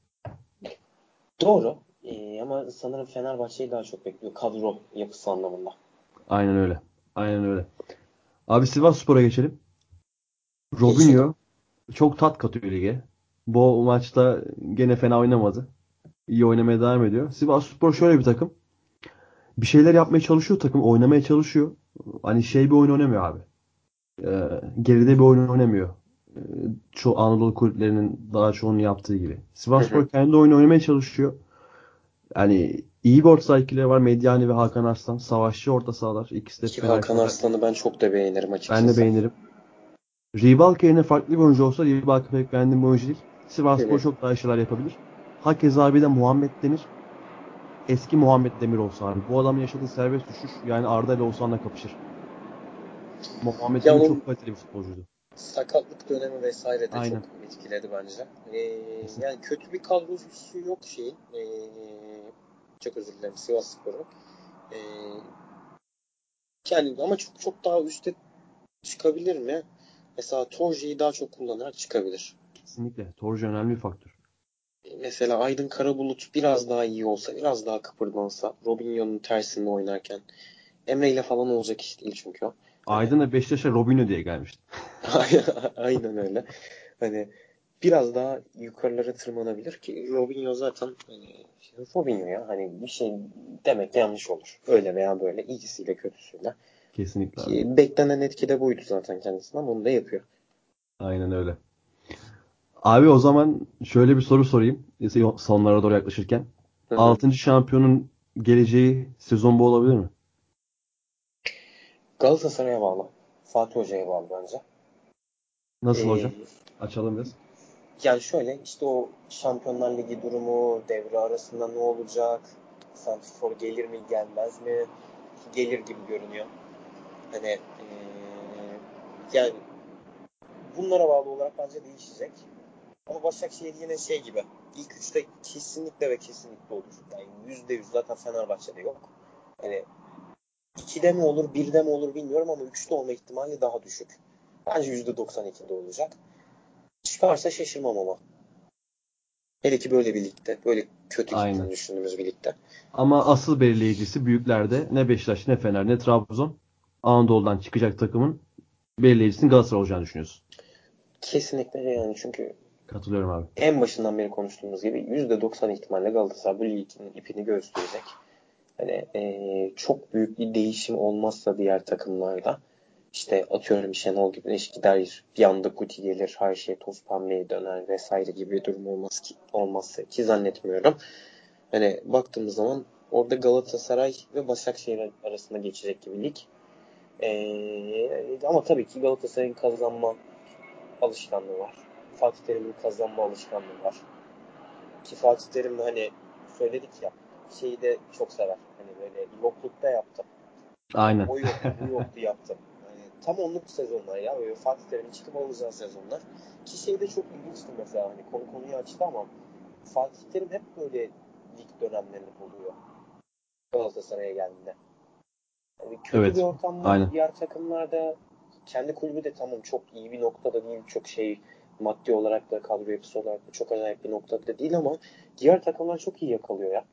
Doğru. Ee, ama sanırım Fenerbahçe'yi daha çok bekliyor. Kadro yapısı anlamında. Aynen öyle. Aynen öyle. Abi Sivasspor'a geçelim. Geçelim. Robinho çok tat katıyor lige. Bu maçta gene fena oynamadı. İyi oynamaya devam ediyor. Sivasspor şöyle bir takım. Bir şeyler yapmaya çalışıyor takım. Oynamaya çalışıyor. Hani şey bir oyun oynamıyor abi. Ee, geride bir oyun oynamıyor. Ee, çoğu Anadolu kulüplerinin daha çoğunu yaptığı gibi. Hı hı. Sivasspor kendi oyunu oynamaya çalışıyor. Yani iyi bir orta saha ikilileri var. Medyani ve Hakan Arslan. Savaşçı orta sahalar. İkisi de Ki Hakan felaket. Arslan'ı ben çok da beğenirim Ben de açıkçası. beğenirim. Ribalke yerine farklı bir oyuncu olsa Ribalke pek beğendiğim bir oyuncu değil. Hı Sivasspor hı. çok daha iyi şeyler yapabilir. Hakeza abi de Muhammed Demir. Eski Muhammed Demir olsa abi. Bu adamın yaşadığı serbest düşüş yani Arda ile Oğuzhan'la kapışır. Muhammed Ya Demir onun çok kaliteli bir futbolcuydu. sakatlık dönemi vesaire de çok Aynen. etkiledi bence. Ee, Kesin. yani kötü bir kadrosu yok şeyin. Ee, çok özür dilerim Sivasspor'un. Ee, yani ama çok çok daha üste çıkabilir mi? Mesela Torje'yi daha çok kullanarak çıkabilir. Kesinlikle. Torje önemli bir faktör. Mesela Aydın Karabulut biraz daha iyi olsa, biraz daha kıpırdansa, Robinho'nun tersinde oynarken. Emre ile falan olacak iş değil çünkü o. Hani Aydın da Beşiktaş'a Robinho diye gelmişti. aynen öyle. Hani biraz daha yukarılara tırmanabilir ki Robinho zaten hani Robinho ya hani bir şey demek de yanlış olur. Öyle veya böyle iyisiyle kötüsüyle. Kesinlikle abi. Ki beklenen etki de buydu zaten kendisinden. Onu da yapıyor. Aynen öyle. Abi o zaman şöyle bir soru sorayım. Sonlara doğru yaklaşırken. Hı hı. Altıncı şampiyonun geleceği sezon bu olabilir mi? Galatasaray'a bağlı. Fatih Hoca'ya bağlı bence. Nasıl hocam? Ee, Açalım biraz. yani şöyle işte o Şampiyonlar Ligi durumu, devre arasında ne olacak? Santrfor gelir mi gelmez mi? Gelir gibi görünüyor. Hani ee, yani bunlara bağlı olarak bence değişecek. Ama Başakşehir yine şey gibi. İlk üçte kesinlikle ve kesinlikle olur. Yani yüzde yüz zaten Fenerbahçe'de yok. Hani ikide mi olur, birde mi olur bilmiyorum ama üçte olma ihtimali daha düşük. Bence yüzde doksan ikide olacak. Çıkarsa şaşırmam ama. Hele ki böyle bir ligde. Böyle kötü Aynen. gittiğini düşündüğümüz bir ligde. Ama asıl belirleyicisi büyüklerde ne Beşiktaş ne Fener ne Trabzon Anadolu'dan çıkacak takımın belirleyicisinin Galatasaray olacağını düşünüyorsun. Kesinlikle yani çünkü Katılıyorum abi. en başından beri konuştuğumuz gibi yüzde doksan ihtimalle Galatasaray bu ligin ipini gösterecek. Hani ee, çok büyük bir değişim olmazsa diğer takımlarda işte atıyorum Şenol Güneş gider bir anda Guti gelir her şey toz pembeye döner vesaire gibi bir durum olmaz ki, olmazsa ki zannetmiyorum. Hani baktığımız zaman orada Galatasaray ve Başakşehir arasında geçecek gibi lig. Ee, ama tabii ki Galatasaray'ın kazanma alışkanlığı var. Fatih Terim'in kazanma alışkanlığı var. Ki Fatih Terim de hani söyledik ya şeyi de çok sever. Hani böyle yoklukta yaptım. Hani Aynen. o yoktu bu yoktu yaptım. Hani tam onluk sezonlar ya. Böyle Fatih Terim'in çıkıp alacağı sezonlar. Ki şey de çok ilginçti mesela. Hani konu konuyu açtı ama Fatih Terim hep böyle lig dönemlerini buluyor. Galatasaray'a geldiğinde. Yani kötü bir Evet. ortam var. Aynen. Diğer takımlarda kendi kulübü de tamam çok iyi bir noktada değil. Çok şey maddi olarak da kadro yapısı olarak da çok acayip bir noktada değil ama diğer takımlar çok iyi yakalıyor ya.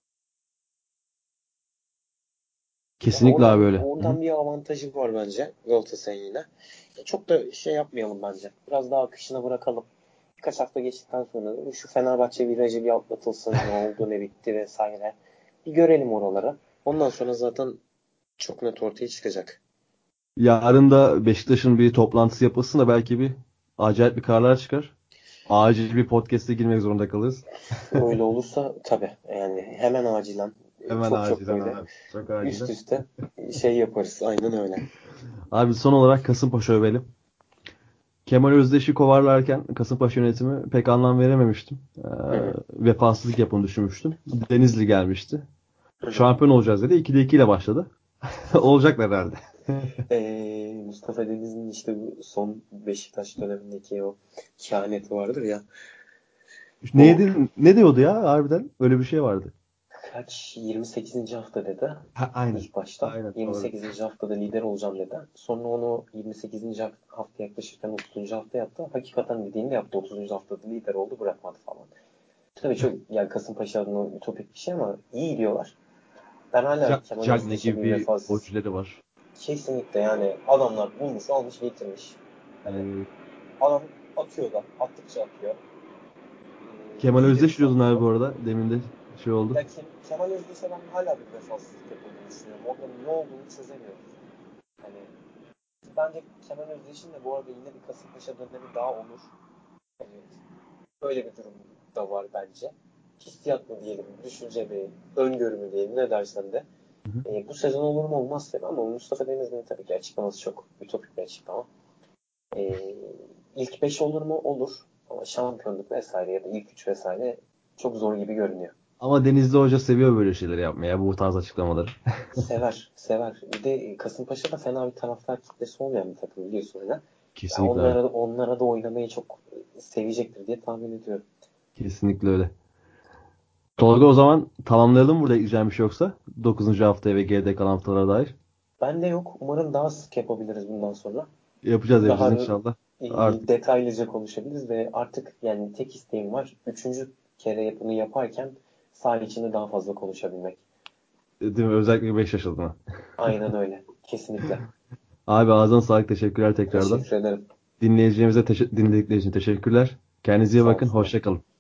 Yani Kesinlikle abi oradan öyle. Hı hı. oradan bir avantajı var bence Galatasaray'ın yine. Çok da şey yapmayalım bence. Biraz daha akışına bırakalım. Birkaç hafta geçtikten sonra şu Fenerbahçe virajı bir atlatılsın. Ne oldu ne bitti vesaire. Bir görelim oraları. Ondan sonra zaten çok net ortaya çıkacak. Yarın da Beşiktaş'ın bir toplantısı yapılsın da belki bir acayip bir kararlar çıkar. Acil bir podcast'e girmek zorunda kalırız. Öyle olursa tabii yani hemen acilen Hemen çok çok acilen böyle abi. Çok üst acilen. üste şey yaparız. Aynen öyle. Abi son olarak Kasımpaşa övelim. Kemal Özdeş'i kovarlarken Kasımpaşa yönetimi pek anlam verememiştim. Ee, Hı hı. vefasızlık yapını düşünmüştüm. Denizli gelmişti. Hı hı. Şampiyon olacağız dedi. ikide iki ile başladı. Olacaklar herhalde. Ee, Mustafa Denizli'nin işte bu son Beşiktaş dönemindeki o kehaneti vardır ya. Ne, O dedi- ne diyordu ya harbiden? Öyle bir şey vardı. kaç yirmi sekizinci hafta dedi Ha, aynen. ilk başta. Aynen yirmi doğru. sekizinci haftada lider olacağım dedi. Sonra onu yirmi sekizinci hafta yaklaşırken otuzuncu hafta yaptı. Hakikaten dediğini de yaptı. otuzuncu haftada lider oldu bırakmadı falan. Tabii çok yani Kasımpaşa adına ütopik bir şey ama iyi gidiyorlar. Ben hala Ja- Kemal Cagney Özdeş'e gibi bir bir vefasız. golcüleri var. Kesinlikle yani adamlar bulmuş almış getirmiş. Hani Aynen öyle. adam atıyor da attıkça atıyor. Ee, Kemal iyi de bir Özdeş diyordun abi topçu. bu arada. Demin de şey oldu. Ya Kem- Kemal Özdeş'e ben hala bir vefasızlık yapıldığını düşünüyorum. Orada ne olduğunu çözemiyorum. Hani bence Kenan Özdeş'in de bu arada yine bir Kasımpaşa dönemi daha olur. Ee, Böyle bir durum da var bence. Hissiyat mı diyelim, düşünce mi, öngörü mü diyelim, ne dersen de. Hı hı. E, bu sezon olur mu olmaz tabii ama Mustafa Denizli'nin tabii ki açıklaması çok ütopik bir açıklama. E, ilk beş olur mu? Olur. Ama şampiyonluk vesaire ya da ilk üç vesaire çok zor gibi görünüyor. Ama Denizli Hoca seviyor böyle şeyleri yapmaya, bu tarz açıklamaları. Sever, sever. Bir de Kasımpaşa'da fena bir taraftar kitlesi olmayan bir takım biliyorsun öyle. Yani Kesinlikle abi. onlara, onlara da oynamayı çok sevecektir diye tahmin ediyorum. Kesinlikle öyle. Tolga, o zaman tamamlayalım burada, ekleyeceğim bir şey yoksa. Dokuzuncu haftaya ve geride kalan haftalara dair. Ben de yok. Umarım daha sık yapabiliriz bundan sonra. Yapacağız yapacağız Daha inşallah. e, Artık detaylıca konuşabiliriz ve artık yani tek isteğim var. Üçüncü kere yapımı yaparken saha içinde daha fazla konuşabilmek. değil mi? Özellikle beş adına. Aynen öyle. Kesinlikle. Abi ağzına sağlık, teşekkürler tekrardan. Teşekkür ederim. Dinleyicilerimize teşe- dinledikleri için teşekkürler. Kendinize iyi Sağ bakın. olsunlar. Hoşça kalın.